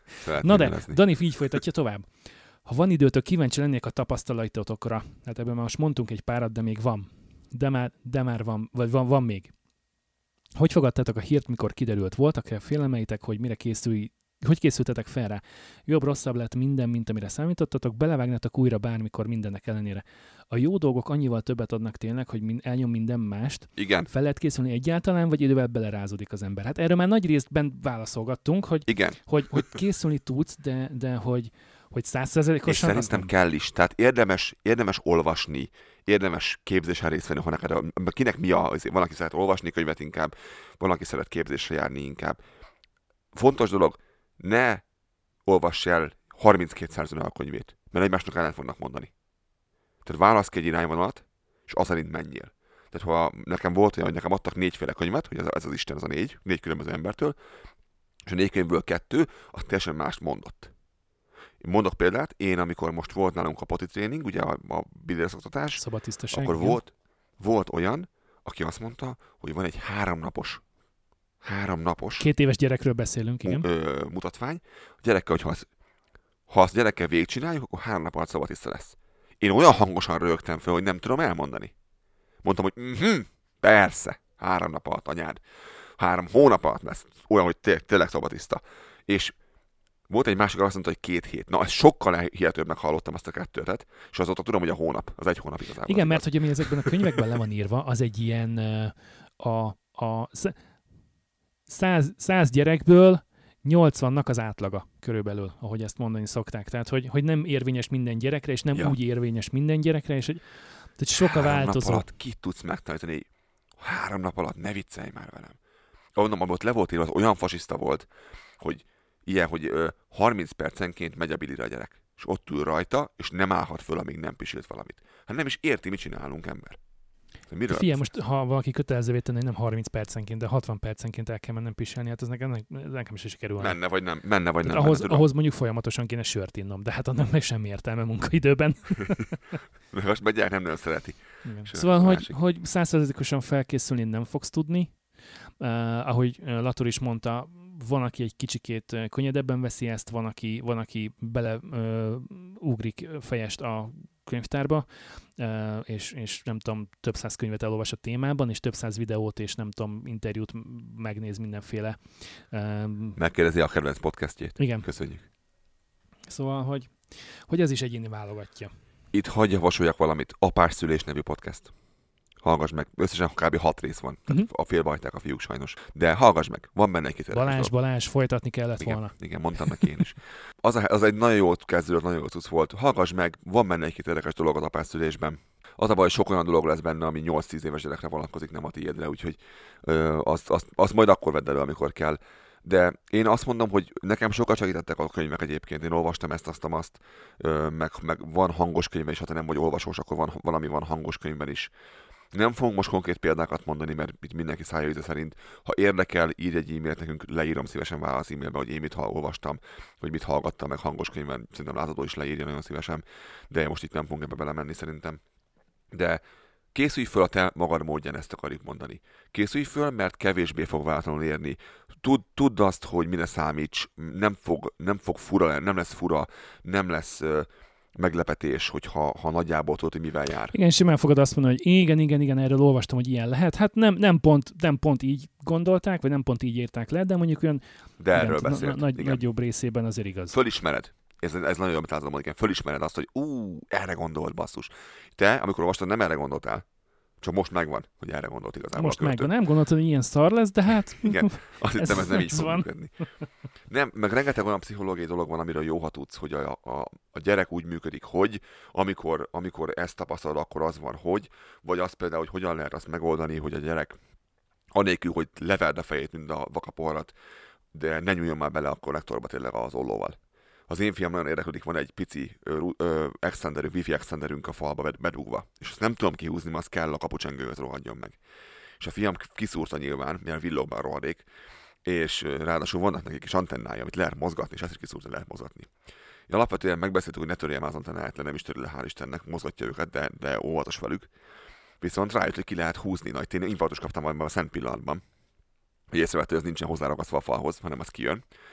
Na de, Dani így folytatja tovább. Ha van időtök, kíváncsi lennék a tapasztalaitokra. Hát ebben most mondtunk egy párat, de még van. De már van, vagy van még. Hogy fogadtátok a hírt, mikor kiderült? Voltak-e félelmeitek, hogy mire hogy készültetek fel rá? Jobb-rosszabb lett minden, mint amire számítottatok, belevágnátok újra bármikor mindennek ellenére. A jó dolgok annyival többet adnak tényleg, hogy elnyom minden mást. Igen. Fel lehet készülni egyáltalán, vagy idővel belerázódik az ember? Hát erről már nagy részben válaszolgattunk, hogy készülni tudsz, de hogy 100%-osan... És szerintem kell is. Tehát érdemes olvasni, érdemes képzésen részt venni, ha neked, kinek mi van, aki szeret olvasni könyvet inkább, van, aki szeret képzésre járni inkább. Fontos dolog, ne olvass el 32 szerzőnek a könyvét, mert egymásnak ellen fognak mondani. Tehát válasz ki egy irányvonalat, és az szerint menjél. Tehát ha nekem volt olyan, hogy nekem adtak 4 könyvet, hogy ez az Isten, ez a 4 különböző embertől, és a 4 könyvből 2, az teljesen mást mondott. Én mondok példát, én amikor most volt nálunk a poti tréning, ugye a billérszoktatás, szabadtisztaság, akkor volt olyan, aki azt mondta, hogy van egy 3 napos 2 éves gyerekről beszélünk, igen. Mutatvány. A gyerekkel, hogy ha azt gyerekkel végigcsináljuk, akkor 3 nap alatt szabadtiszta lesz. Én olyan hangosan rögtem fel, hogy nem tudom elmondani. Mondtam, hogy persze, 3 nap alatt anyád. 3 hónap alatt lesz. Olyan, hogy tényleg szabadtiszta. És volt egy másik, azt mondta, hogy 2 hét. Na, ezt sokkal hihetőbbnek hallottam azt a 2-t, és azóta tudom, hogy a hónap, az 1 hónap igazából. Igen, mert hogy ami ezekben a könyvekben le van írva, az egy ilyen 100 gyerekből 80-nak az átlaga körülbelül, ahogy ezt mondani szokták. Tehát, hogy nem érvényes minden gyerekre, és nem úgy érvényes minden gyerekre, és hogy sok a változó. 3 nap alatt ki tudsz megtanítani? 3 nap alatt ne viccelj már velem. Mondom, ott le volt írva, az olyan fasiszta volt, hogy 30 percenként megy a bilire a gyerek. És ott ül rajta, és nem állhat föl, amíg nem pisilt valamit. Hát nem is érti, mit csinálunk, ember. Figyelj, most ha valaki kötelezővé tenni, nem 30 percenként, de 60 percenként el kell mennem pisilni, hát ez nekem is sikerül. Menne vagy nem. Ahhoz mondjuk folyamatosan kéne sört innom, de hát annak meg semmi értelme munkaidőben. Most meg gyerek nem szereti. Szóval, hogy 100%-osan felkészülni nem fogsz tudni. Ahogy Lator is mondta, van, aki egy kicsikét könnyedebben veszi ezt, van, aki beleugrik fejest a könyvtárba, és nem tudom, több 100 könyvet elolvas a témában, és több 100 videót, és nem tudom, interjút megnéz mindenféle. Megkérdezi a kedvenc podcastjét. Igen. Köszönjük. Szóval, hogy ez is egyéni válogatja. Itt hadd javasoljak valamit. Apás szülés nevű podcast. Hallgass meg. Összesen kb. 6 rész van. A félbehajták a fiúk sajnos. De hallgass meg. Van benne egy Balázs, folytatni kellett volna. Igen, mondtam neki én is. Az egy nagyon jó kezdődött, nagyon jó cucc volt. Hallgass meg, van benne egy érdekes dolog az apásszülésben. Az a baj, sok olyan dolog lesz benne, ami 8-10 éves gyerekre vonatkozik, nem a tiédre, úgyhogy azt majd akkor vedd elő, amikor kell. De én azt mondom, hogy nekem sokat segítettek a könyvek egyébként. Én olvastam azt, meg van hangos könyve is, ha te nem vagy olvasós, akkor van valami van hangos könyvben is. Nem fogunk most konkrét példákat mondani, mert itt mindenki szája íze szerint. Ha érdekel, írj egy e-mailt nekünk, leírom szívesen válasz e-mailbe, hogy én mit olvastam, vagy mit hallgattam, meg hangos könyvben. Szerintem látható is leírja nagyon szívesen, de most itt nem fogunk ebbe belemenni szerintem. De készülj föl, a te magad módján, ezt akarjuk mondani. Készülj föl, mert kevésbé fog váratlanul érni. Tudd azt, hogy mire számíts, nem fog fura lenni, nem lesz fura, nem lesz meglepetés, hogyha nagyjából tudod, hogy mivel jár. Igen, simán fogod azt mondani, hogy igen, erről olvastam, hogy ilyen lehet. Hát nem pont így gondolták, vagy nem pont így írták le, de mondjuk olyan erről beszélt. Nagyobb részében azért igaz. Fölismered. Ez nagyon jó, amit lázom, igen. Fölismered azt, hogy erre gondolt, basszus. Te, amikor olvastad, nem erre gondoltál. Csak most megvan, hogy erre gondolt igazából. Most megvan. Nem gondoltam, hogy ilyen szar lesz, de hát... Igen, azt hittem, ez nem így fog működni. Nem, meg rengeteg olyan pszichológiai dolog van, amiről jó, ha tudsz, hogy a gyerek úgy működik, hogy amikor ezt tapasztalod, akkor az van, hogy, vagy az például, hogy hogyan lehet azt megoldani, hogy a gyerek anélkül, hogy leverd a fejét, mint a vakapoharat, de ne nyúljon már bele a konnektorba tényleg az ollóval. Az én fiam nagyon érdeklődik, van egy pici wifi extenderünk a falba bedugva, és ezt nem tudom kihúzni, mert az kell a kapucsengőhöz rohadjon meg. És a fiam kiszúrta nyilván, milyen villogban rohadék, és ráadásul vannak nekik is antennája, amit lehet mozgatni, és ezt is kiszúrta, lehet mozgatni. Alapvetően megbeszéltük, hogy ne törjem az antennáját le, nem is törje le, hál' Istennek, mozgatja őket, de óvatos velük. Viszont rájött, hogy ki lehet húzni. Nagy én infarktus kaptam majd a szent pillanatban, hogy észrevett, hogy ez nincsen hozzáragasztva a falhoz, hanem az kijön.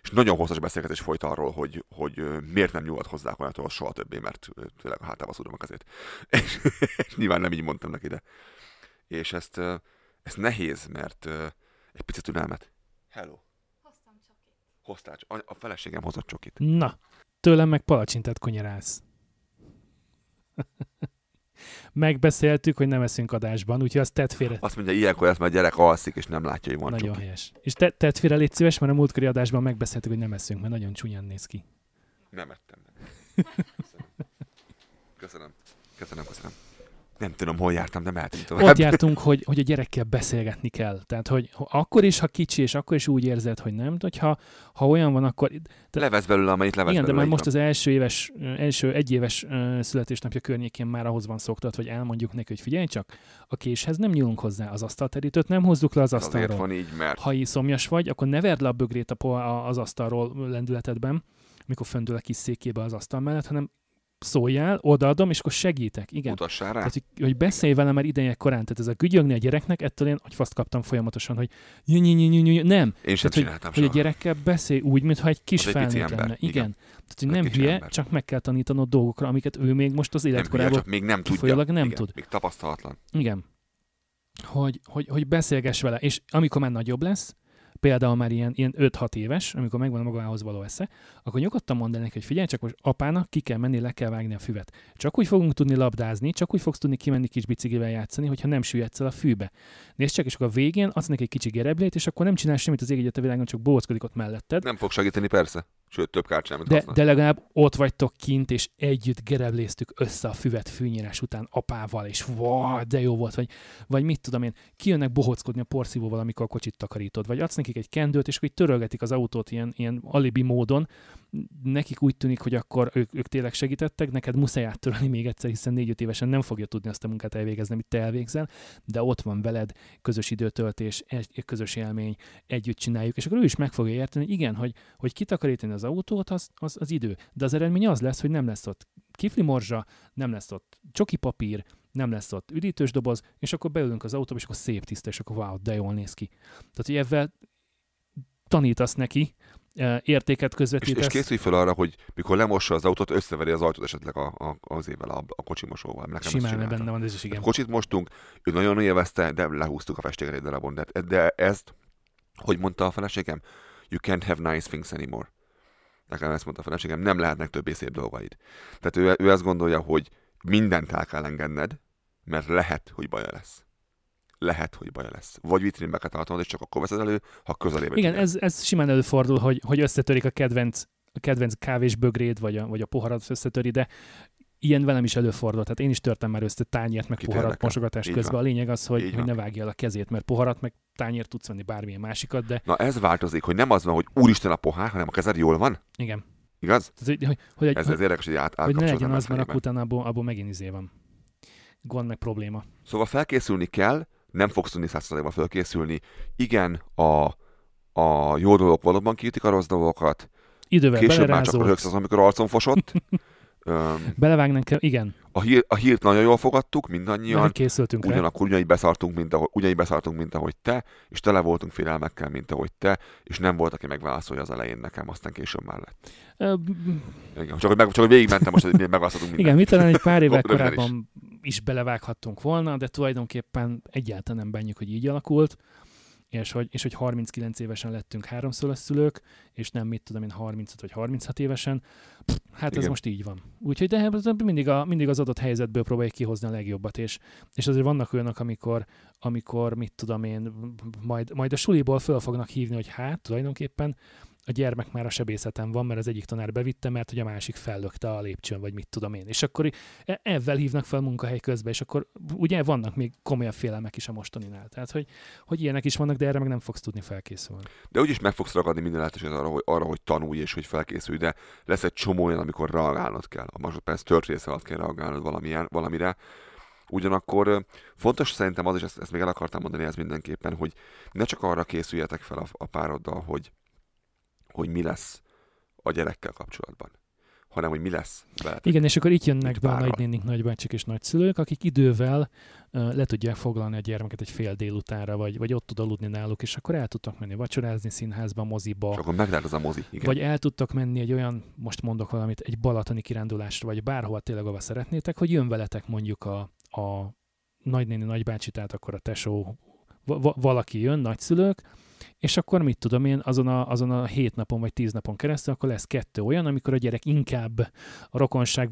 és nagyon hosszas beszélgetés folyt arról, hogy miért nem nyúlt hozzá olyantól soha többé, mert tényleg a hátába szúrom a kezét. És nyilván nem így mondtam neki, de... És ezt nehéz, mert egy picit türelmet. Hello. Hoztam csokit. Hoztál, a feleségem hozott csokit. Na, tőlem meg palacsintát konyerálsz. Megbeszéltük, hogy nem eszünk adásban, úgyhogy azt tedd félre. Azt mondja, ilyenkor ezt, mert a gyerek alszik, és nem látja, hogy van Nagyon csoki. helyes. És tedd félre, légy szíves, mert a múltkori adásban megbeszéltük, hogy nem eszünk, mert nagyon csúnyán néz ki. Nem ettem. Köszönöm. Nem tudom, hol jártam, de mehetünk tovább. Ott jártunk, hogy a gyerekkel beszélgetni kell. Tehát, hogy akkor is, ha kicsi, és akkor is úgy érzed, hogy nem, hogyha ha olyan van, akkor... Levesz belőle, amennyit levesz igen, belőle. de már most az első egyéves születésnapja környékén már ahhoz van szoktat, hogy elmondjuk neki, hogy figyelj csak, a késhez nem nyúlunk hozzá, az asztalterítőt nem hozzuk le az asztalról. Azért van így, mert... Ha iszomjas vagy, akkor ne verd le a bögrét az asztalról lendületedben, mikor föndül a kis székébe az asztal mellett, hanem szóljál, odaadom, és akkor segítek. Igen. Mutassál rá. Tehát, hogy beszélj velem már ideje korán. Tehát ez a gügyögni a gyereknek, ettől én agyfaszt kaptam folyamatosan, hogy nem. Én sem csináltam hogy a gyerekkel beszélj úgy, mintha egy kis Az egy pici felnőtt ember. lenne. Igen. Tehát, hogy Az nem egy kicsi hülye, ember. csak meg kell tanítanod dolgokra, amiket ő még most az Nem hülye, életkorában csak még nem tudja. kifolyólag nem Igen, tud. még tapasztalatlan. Igen. Hogy beszélgess vele. És amikor már nagyobb lesz, például már ilyen 5-6 éves, amikor megvan a magához való esze, akkor nyugodtan mondd el neki, hogy figyelj, csak most apának ki kell menni, le kell vágni a füvet. Csak úgy fogunk tudni labdázni, csak úgy fogsz tudni kimenni kis biciklivel játszani, hogyha nem süllyedsz el a fűbe. Nézd csak, és akkor a végén adsz neki egy kicsi gereblét, és akkor nem csinál semmit az ég egyet a világon, csak bóckodik ott melletted. Nem fog segíteni, persze. Sőt, több kártyát, mint De, használ. de legalább ott vagytok kint, és együtt gerebléztük össze a füvet fűnyírás után apával, és de jó volt, vagy mit tudom én, kijönnek bohóckodni a porszívóval, amikor a kocsit takarítod, vagy adsz nekik egy kendőt, és akkor így törölgetik az autót ilyen alibi módon, nekik úgy tűnik, hogy akkor ők tényleg segítettek, neked muszáj áttörölni még egyszer, hiszen 4-5 évesen nem fogja tudni azt a munkát elvégezni, amit te elvégzel, de ott van veled, közös időtöltés, közös élmény, együtt csináljuk, és akkor ő is meg fogja érteni, hogy igen, hogy kitakarítani az autót, az idő. De az eredmény az lesz, hogy nem lesz ott kiflimorzsa, nem lesz ott csoki papír, nem lesz ott üdítős doboz, és akkor beülünk az autóba, és akkor szép tiszta, és akkor wow, de jól néz ki. Tehát, hogy ebben tanítasz neki, értéket közvetítesz. És készülj fel arra, hogy mikor lemossa az autót, összeveri az autót esetleg az évvel a kocsimosóval. Simán benne van, ez is igen. Kocsit mostunk, ő nagyon élvezte, de lehúztuk a festéket egy darabon. De ezt, hogy mondta a feleségem, you can't have nice things anymore. Nekem ezt mondta a feleségem, nem lehetnek többé szép dolgaid. Tehát ő azt gondolja, hogy mindent el kell engedned, mert lehet, hogy baja lesz. Vagy vitrínbe kell tartanod, és csak akkor veszed elő, ha közelébe. Igen, ez simán előfordul, hogy összetörik a kedvenc kávés bögréd, vagy a poharat összetöri, de ilyen velem is előfordul. Tehát én is törtem már össze tányért, meg poharat mosogatás közben. A lényeg az, hogy ne vágja el a kezét, mert poharat, meg tányért tudsz venni bármilyen másikat, de... Na ez változik, hogy nem az van, hogy úristen a pohár, hanem a kezed jól van? Igen. Igaz? Tehát, ez érdekes, hogy hogy ne legyen az, mert akkor utána abból megint izé van. Gond meg probléma. Szóval felkészülni kell, nem fogsz tudni 100%-ban felkészülni. Igen, a jó dolgok valóban kiütik a rossz dolgokat. Idővel később már csak röhögsz az, amikor arcon fosott. Belevágnánk kell, igen. A hírt nagyon jól fogadtuk, mindannyian. Készültünk rá. Ugyanakkor ugyanígy beszartunk, mint ahogy te, és tele voltunk félelmekkel, mint ahogy te, és nem volt, aki megválaszolja az elején nekem, aztán később már lett. Igen, csak hogy végigmentem most, hogy megválaszoltunk mindent. Igen, mit talán egy pár évvel korábban is belevághattunk volna, de tulajdonképpen egyáltalán nem bánjuk, hogy így alakult, és hogy 39 évesen lettünk háromszülők, és nem mit tudom én 35 vagy 36 évesen. Hát igen. Ez most így van. Úgyhogy de mindig az adott helyzetből próbáljuk kihozni a legjobbat, és azért vannak olyanok, amikor mit tudom én, majd a suliból föl fognak hívni, hogy hát tulajdonképpen a gyermek már a sebészeten van, mert az egyik tanár bevitte, mert hogy a másik fellökte a lépcsőn, vagy mit tudom én. És akkor ezzel hívnak fel munkahely közben, és akkor ugye vannak még komolyabb félelmek is a mostaninál. Tehát, hogy ilyenek is vannak, de erre meg nem fogsz tudni felkészülni. De úgyis meg fogsz ragadni minden lehetőséget arra, hogy tanulj és hogy felkészülj, de lesz egy csomó olyan, amikor reagálnod kell. A másodperc tört része alatt kell reagálnod valamire. Ugyanakkor fontos szerintem az, és ezt még el akartam mondani ez mindenképpen, hogy ne csak arra készüljetek fel a pároddal, hogy mi lesz a gyerekkel kapcsolatban, hanem hogy mi lesz veletek. Igen, és akkor itt jönnek be a párral. nagynénik, nagybácsik és nagyszülők, akik idővel le tudják foglalni a gyermeket egy fél délutánra, vagy ott tud aludni náluk, és akkor el tudtak menni vacsorázni színházba, moziba. És akkor meg lehet az a mozi. Igen. Vagy el tudtak menni egy olyan, most mondok valamit, egy balatoni kirándulásra, vagy bárhova tényleg, ahova szeretnétek, hogy jön veletek mondjuk a nagynéni, nagybácsi, tehát akkor a tesó, valaki jön, nagyszülők, és akkor mit tudom én, azon a 7 napon vagy 10 napon keresztül, akkor lesz 2 olyan, amikor a gyerek inkább a rokonság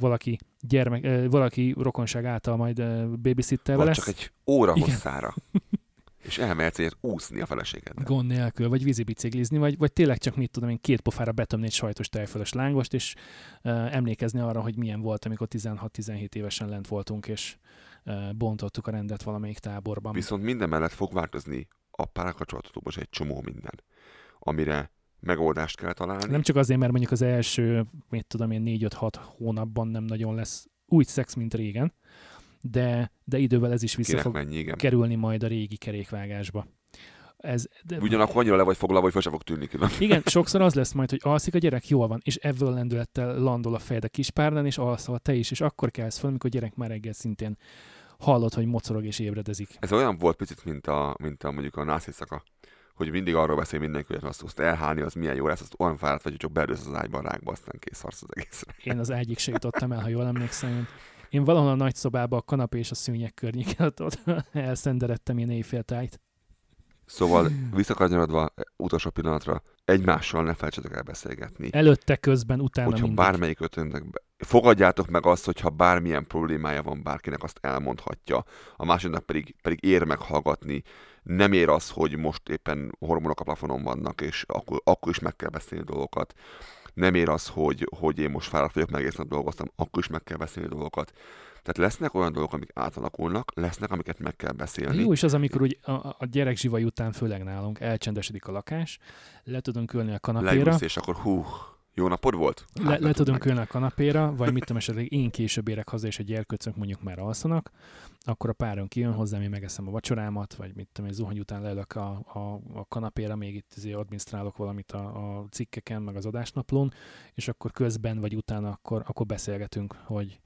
valaki rokonság által majd babysittelve lesz. Vagy csak egy óra hosszára. És elmehetsz egyet úszni a feleségeddel. Gond nélkül, vagy vízibiciklizni, vagy tényleg csak mit tudom én, 2 pofára betömni egy sajtos tejfölös lángost, és emlékezni arra, hogy milyen volt, amikor 16-17 évesen lent voltunk, és bontottuk a rendet valamelyik táborban. Viszont minden mellett fog változni a párkapcsolatotokban egy csomó minden, amire megoldást kell találni. Nem csak azért, mert mondjuk az első, mit tudom én, 4-5-6 hónapban nem nagyon lesz úgy szex, mint régen, de idővel ez is vissza fog kerülni majd a régi kerékvágásba. Ugyanakkor annyira le vagy foglalva, hogy fel sem fog tűnni külön. Igen, sokszor az lesz majd, hogy alszik a gyerek, jól van, és ebből a lendülettel landol a fejed a kispárnán, és alszol te is, és akkor kelsz fel, amikor a gyerek már reggel szintén hallod, hogy mocorog és ébredezik. Ez olyan volt picit, mint a mondjuk a nász éjszaka, hogy mindig arról beszél mindenki, hogy azt elhálni, az milyen jó lesz, azt olyan fáradt vagy, hogy csak beerdősz az ágyban rákba, aztán kész harc az egészre. Én az ágyig se jutottam el, ha jól emlékszem. Én valahol a nagy szobában a kanapé és a szőnyeg környéken ott elszenderedtem én éjféltájt. Szóval visszakanyarodva utolsó pillanatra, egymással ne felejtsetek el beszélgetni. Előtte, közben, utána hogyha mindig. Bármelyik ötönnek fogadjátok meg azt, hogyha bármilyen problémája van bárkinek, azt elmondhatja. A másiknak pedig ér meghallgatni. Nem ér az, hogy most éppen hormonok a plafonon vannak, és akkor is meg kell beszélni dolgokat. Nem ér az, hogy én most fáradt vagyok, meg egész nap dolgoztam, akkor is meg kell beszélni dolgokat. Tehát lesznek olyan dolgok, amik átalakulnak, lesznek, amiket meg kell beszélni. Jó is az, amikor úgy a gyerek zsivaj után, főleg nálunk, elcsendesedik a lakás, le tudunk ülni a kanapéra. Leülsz, és akkor jó napod volt? Le tudunk ülni a kanapéra, vagy mit tudom, esetleg én később érek haza, és a gyerkőcök mondjuk már alszanak, akkor a páron kijön hozzám, én megeszem a vacsorámat, vagy mit tudom, egy zuhany után leülök a kanapéra, még itt adminisztrálok valamit a cikkeken, meg az adásnaplón, és akkor közben vagy utána akkor beszélgetünk, hogy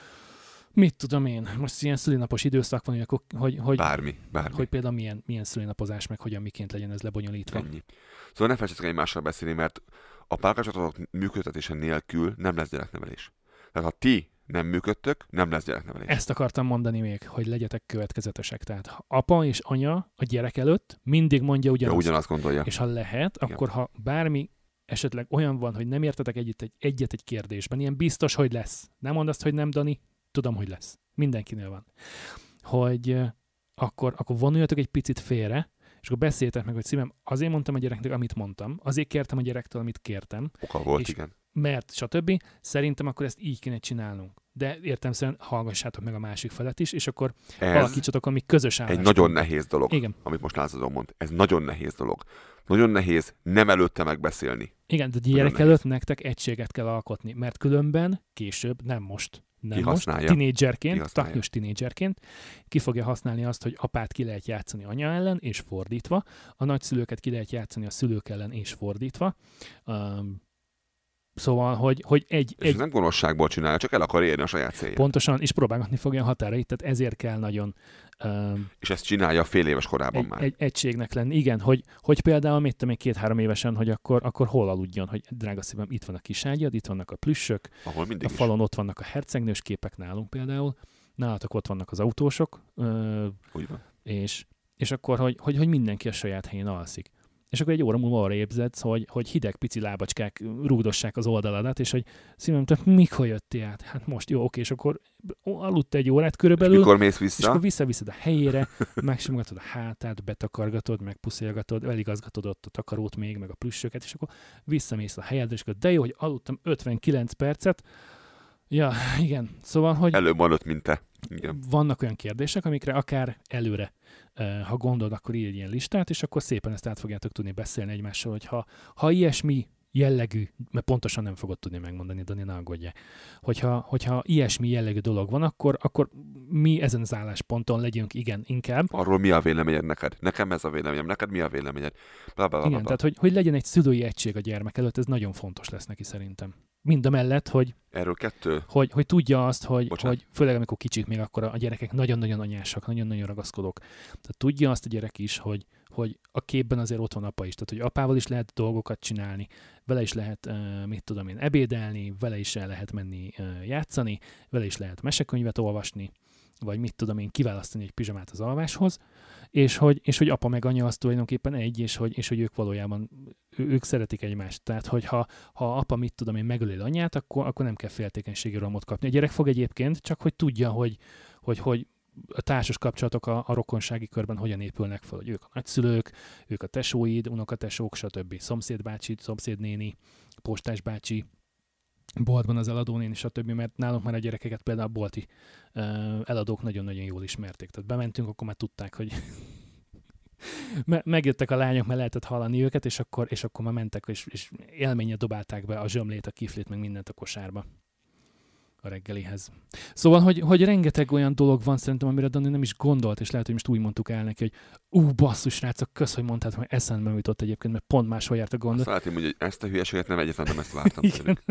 mit tudom én, most ilyen szülinapos időszak van, hogy bármi. Hogy például milyen szülinapozás, meg hogyan miként legyen ez lebonyolítva. Ennyi. Szóval ne felejtsetek egymással beszélni, mert a párkapcsolatok működtetése nélkül nem lesz gyereknevelés. Tehát ha ti nem működtök, nem lesz gyereknevelés. Ezt akartam mondani még, hogy legyetek következetesek. Tehát apa és anya a gyerek előtt mindig mondja ugyanazt gondolja. És ha lehet, igen, akkor ha bármi esetleg olyan van, hogy nem értetek egyet egy kérdésben, ilyen biztos, hogy lesz. Nem mondd azt, hogy nem, Dani, tudom, hogy lesz. Mindenkinél van. Hogy akkor vonuljatok egy picit félre, és akkor beszéltek meg, hogy szívem, azért mondtam a gyereknek, amit mondtam, azért kértem a gyerektől, amit kértem. Oka volt, igen. Mert, stb. Szerintem akkor ezt így kéne csinálnunk. De értelemszerűen hallgassátok meg a másik felet is, és akkor alakítsatok, ami közös állás. Egy nagyon nehéz dolog, igen, amit most Lázadó mond. Ez nagyon nehéz dolog. Nagyon nehéz nem előtte megbeszélni. Igen, de gyerek előtt nektek egységet kell alkotni, mert különben később, nem most, tinédzserként, taknyos tinédzserként ki fogja használni azt, hogy apát ki lehet játszani anya ellen, és fordítva, a nagyszülőket ki lehet játszani a szülők ellen, és fordítva. Szóval, hogy és nem gonoszságból csinálja, csak el akar érni a saját célját. Pontosan, és próbálgatni fogja a határait, tehát ezért kell nagyon... és ezt csinálja fél éves korában már. Egy egységnek lenni. Igen, hogy például még 2-3 évesen, hogy akkor hol aludjon, hogy drága szívem, itt van a kiságyad, itt vannak a plüssök, ahol mindig a falon ott vannak a hercegnős képek nálunk például, nálatok ott vannak az autósok, úgy van. És akkor, hogy mindenki a saját helyén alszik. És akkor egy óra múlva arra ébzedsz, hogy hideg pici lábacskák rúgdossák az oldaladat, és hogy szívem, te mikor jöttél át? Hát most jó, oké, és akkor aludt egy órát körülbelül. És mikor mész vissza? És akkor visszaviszed a helyére, megsimogatod a hátát, betakargatod, meg puszilgatod, eligazgatod ott a takarót még, meg a plüssöket, és akkor visszamész a helyedre, és akkor de jó, hogy aludtam 59 percet. Ja, igen. Szóval, hogy... Előbb van mint te. Igen. Vannak olyan kérdések, amikre akár előre, ha gondolod, akkor írj egy ilyen listát, és akkor szépen ezt át fogjátok tudni beszélni egymással, hogy ha ilyesmi jellegű, mert pontosan nem fogod tudni megmondani, Dani, ne aggódjál, hogyha ilyesmi jellegű dolog van, akkor mi ezen az állásponton legyünk, igen, inkább. Arról mi a véleményed neked? Nekem ez a véleményem, neked mi a véleményed? Igen, tehát hogy legyen egy szülői egység a gyermek előtt, ez nagyon fontos lesz neki szerintem. mindamellett, hogy Erről 2. hogy tudja azt, hogy főleg amikor kicsik még, akkor a gyerekek nagyon-nagyon anyásak, nagyon-nagyon ragaszkodók. Tehát tudja azt a gyerek is, hogy a képben azért ott van apa is. Tehát, hogy apával is lehet dolgokat csinálni, vele is lehet, ebédelni, vele is el lehet menni játszani, vele is lehet mesekönyvet olvasni, vagy kiválasztani egy pizsamát az alváshoz, és hogy apa meg anya az tulajdonképpen egy, és hogy ők valójában ők szeretik egymást. Tehát, hogy ha apa megöli anyát, akkor nem kell féltékenységi rohamot kapni. A gyerek fog egyébként, csak hogy tudja, hogy a társas kapcsolatok a rokonsági körben hogyan épülnek fel, hogy ők a nagyszülők, ők a tesóid, unokatesók, stb. Szomszédbácsi, szomszédnéni, postás bácsi, boltban az eladónéni, stb. Mert nálunk már a gyerekeket például a bolti eladók nagyon-nagyon jól ismerték. Tehát bementünk, akkor már tudták, hogy megjöttek a lányok, mert lehetett hallani őket, és akkor már mentek, és élménye dobálták be a zsömlét, a kiflit, meg mindent a kosárba a reggelihez. Szóval, hogy rengeteg olyan dolog van szerintem, amire Dani nem is gondolt, és lehet, hogy most úgy mondtuk el neki, hogy basszus, srácok, kösz, hogy mondtad, hogy eszembe jutott egyébként, mert pont máshol járt a gondot. Azt láttam, hogy ezt a hülyeséget nem egyetlen, ezt vártam tőlük.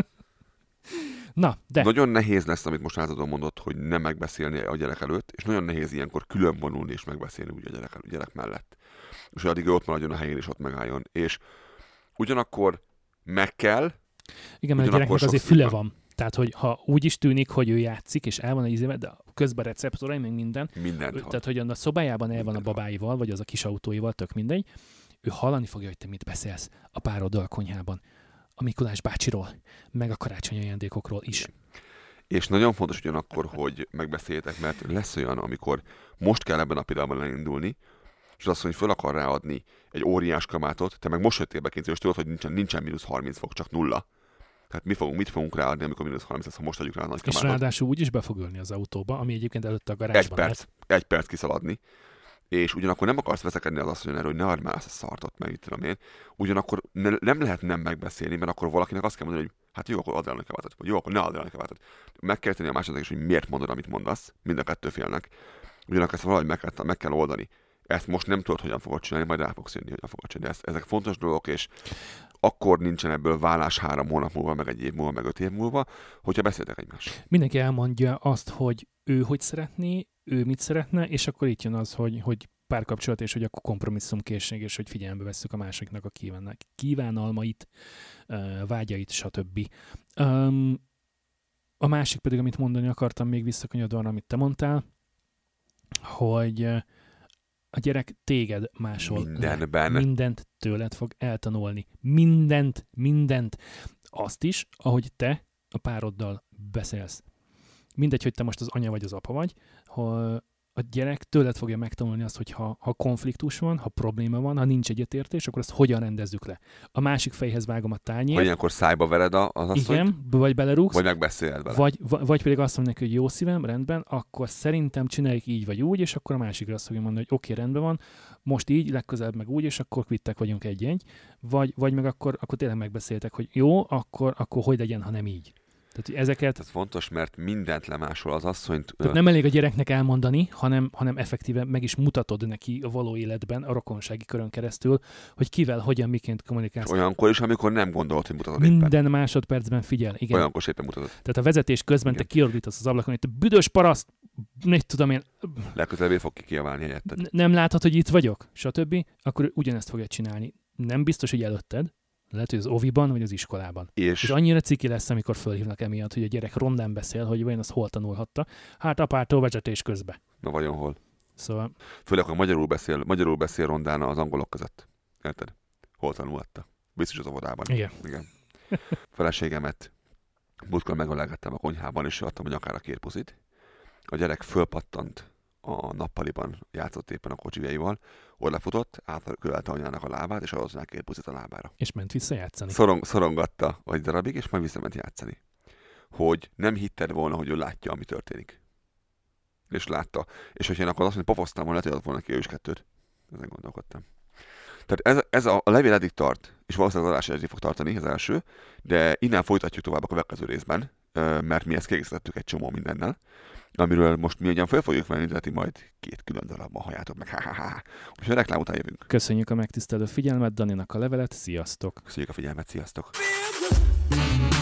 Na, de... Nagyon nehéz lesz, amit most átadom mondott, hogy nem megbeszélni a gyerek előtt, és nagyon nehéz ilyenkor külön vonulni és megbeszélni úgy a gyerek mellett. És addig ő ott maradjon a helyén, és ott megálljon. És ugyanakkor meg kell... Igen, mert a gyereknek azért füle van. Tehát, hogy ha úgy is tűnik, hogy ő játszik, és el van egy izével, de közben receptorai, meg minden. Mindent Tehát, hogy a szobájában el van a babáival, vagy az a kis autóival, tök mindegy. Ő hallani fogja, hogy te mit beszélsz a pároddal a konyhában. A Mikulás bácsiról, meg a karácsonyi ajándékokról is. És nagyon fontos ugyanakkor, hogy megbeszéljetek, mert lesz olyan, amikor most kell ebben a pillanatban elindulni, és azt mondja, hogy föl akar ráadni egy óriás kamátot, te meg most jöttél be kényszerű, és tudod, hogy nincsen mínusz 30 fok, csak 0. Tehát mit fogunk ráadni, amikor mínusz 30 lesz, ha most adjuk rá a nagy kamátot. És ráadásul úgy is be fog ülni az autóba, ami egyébként előtte a garázsban. Egy perc kiszaladni. És ugyanakkor nem akarsz veszekedni az asszonyon erről, hogy ne add már ezt a szartot, meg itt tudom én. Ugyanakkor nem lehet nem megbeszélni, mert akkor valakinek azt kell mondani, hogy hát jó, akkor add el a kabátot, vagy jó, akkor ne add el a kabátot. Meg kell tenni a másodnak is, hogy miért mondod, amit mondasz, mind a kettő félnek. Ugyanakkor ezt valahogy meg kell oldani. Ezt most nem tudod, hogyan fogod csinálni, majd rá fogsz jönni, hogyan fogod csinálni. Ezek fontos dolgok, és akkor nincsen ebből válás 3 hónap múlva, meg 1 év múlva, meg 5 év múlva, hogyha beszéltek egymással. Mindenki elmondja azt, hogy ő hogy szeretné, ő mit szeretne, és akkor itt jön az, hogy párkapcsolat, és hogy akkor kompromisszumkészség, és hogy figyelembe vesszük a másiknak a kívánalmait, vágyait, stb. A másik pedig, amit mondani akartam, még visszakanyodva arra, amit te mondtál, hogy a gyerek téged másol. Mindenben. Mindent tőled fog eltanulni. Mindent. Azt is, ahogy te a pároddal beszélsz. Mindegy, hogy te most az anya vagy az apa vagy, a gyerek tőled fogja megtanulni azt, hogy ha konfliktus van, ha probléma van, ha nincs egyetértés, akkor azt hogyan rendezzük le. A másik fejhez vágom a tányért. Vagy ilyenkor szájba vered az asszonyt. Igen, vagy belerúgsz. Vagy megbeszéled vele. Vagy pedig azt mondja neki, hogy jó szívem, rendben, akkor szerintem csináljuk így vagy úgy, és akkor a másikra azt fogja mondani, hogy oké, rendben van, most így, legközelebb meg úgy, és akkor kvittek vagyunk egy-egy. Vagy meg akkor tényleg megbeszéltek, hogy jó, akkor hogy legyen, ha nem így. Tehát ezeket... Ez fontos, mert mindent lemásol az asszonyt. Tehát nem elég a gyereknek elmondani, hanem effektíven meg is mutatod neki a való életben, a rokonsági körön keresztül, hogy kivel, hogyan, miként kommunikálsz. Olyankor is, amikor nem gondolod, hogy mutatod minden éppen. Másodpercben figyel. Igen. Olyankor éppen mutatod. Tehát a vezetés közben te kiordítasz az ablakon, hogy te büdös paraszt, mit tudom én. Legközelebb fog kiabálni helyetted. Nem látod, hogy itt vagyok, stb. Akkor ugyanezt fogja csinálni. Nem biztos, hogy előtted. Lehet, hogy az oviban, vagy az iskolában. És annyira ciki lesz, amikor fölhívnak emiatt, hogy a gyerek rondán beszél, hogy vajon azt hol tanulhatta. Hát apától vezetés közben. Na vajon hol? Szóval... Főleg, ha magyarul beszél rondán az angolok között. Érted? Hol tanulhatta? Biztos az óvodában. Igen. Feleségemet múltkor megölegettem a konyhában, és adtam a nyakára 2 puszit. A gyerek fölpattant a nappaliban, játszott éppen a kocsijaival, ott lefutott, átkövelte anyának a lábát, és adott rá 2 puszit a lábára. És ment vissza játszani. Szorongatta egy darabig, és majd visszament játszani. Hogy nem hitted volna, hogy ő látja, ami történik. És látta. És hogyha én akkor azt mondja, pofoztam volna, lehet, hogy adott volna ki ő is 2-t. Ezen gondolkodtam. Tehát ez a levél eddig tart, és valószínűleg az adás eddig fog tartani, az első, de innen folytatjuk tovább a következő részben, mert mi ezt kiegészítettük egy csomó mindennel, amiről most mi ugyan fel fogjuk venni, de majd 2 külön darabban halljátok meg. Úgyhogy reklám után jövünk. Köszönjük a megtisztelő figyelmet, Daninak a levelet, sziasztok! Köszönjük a figyelmet, sziasztok!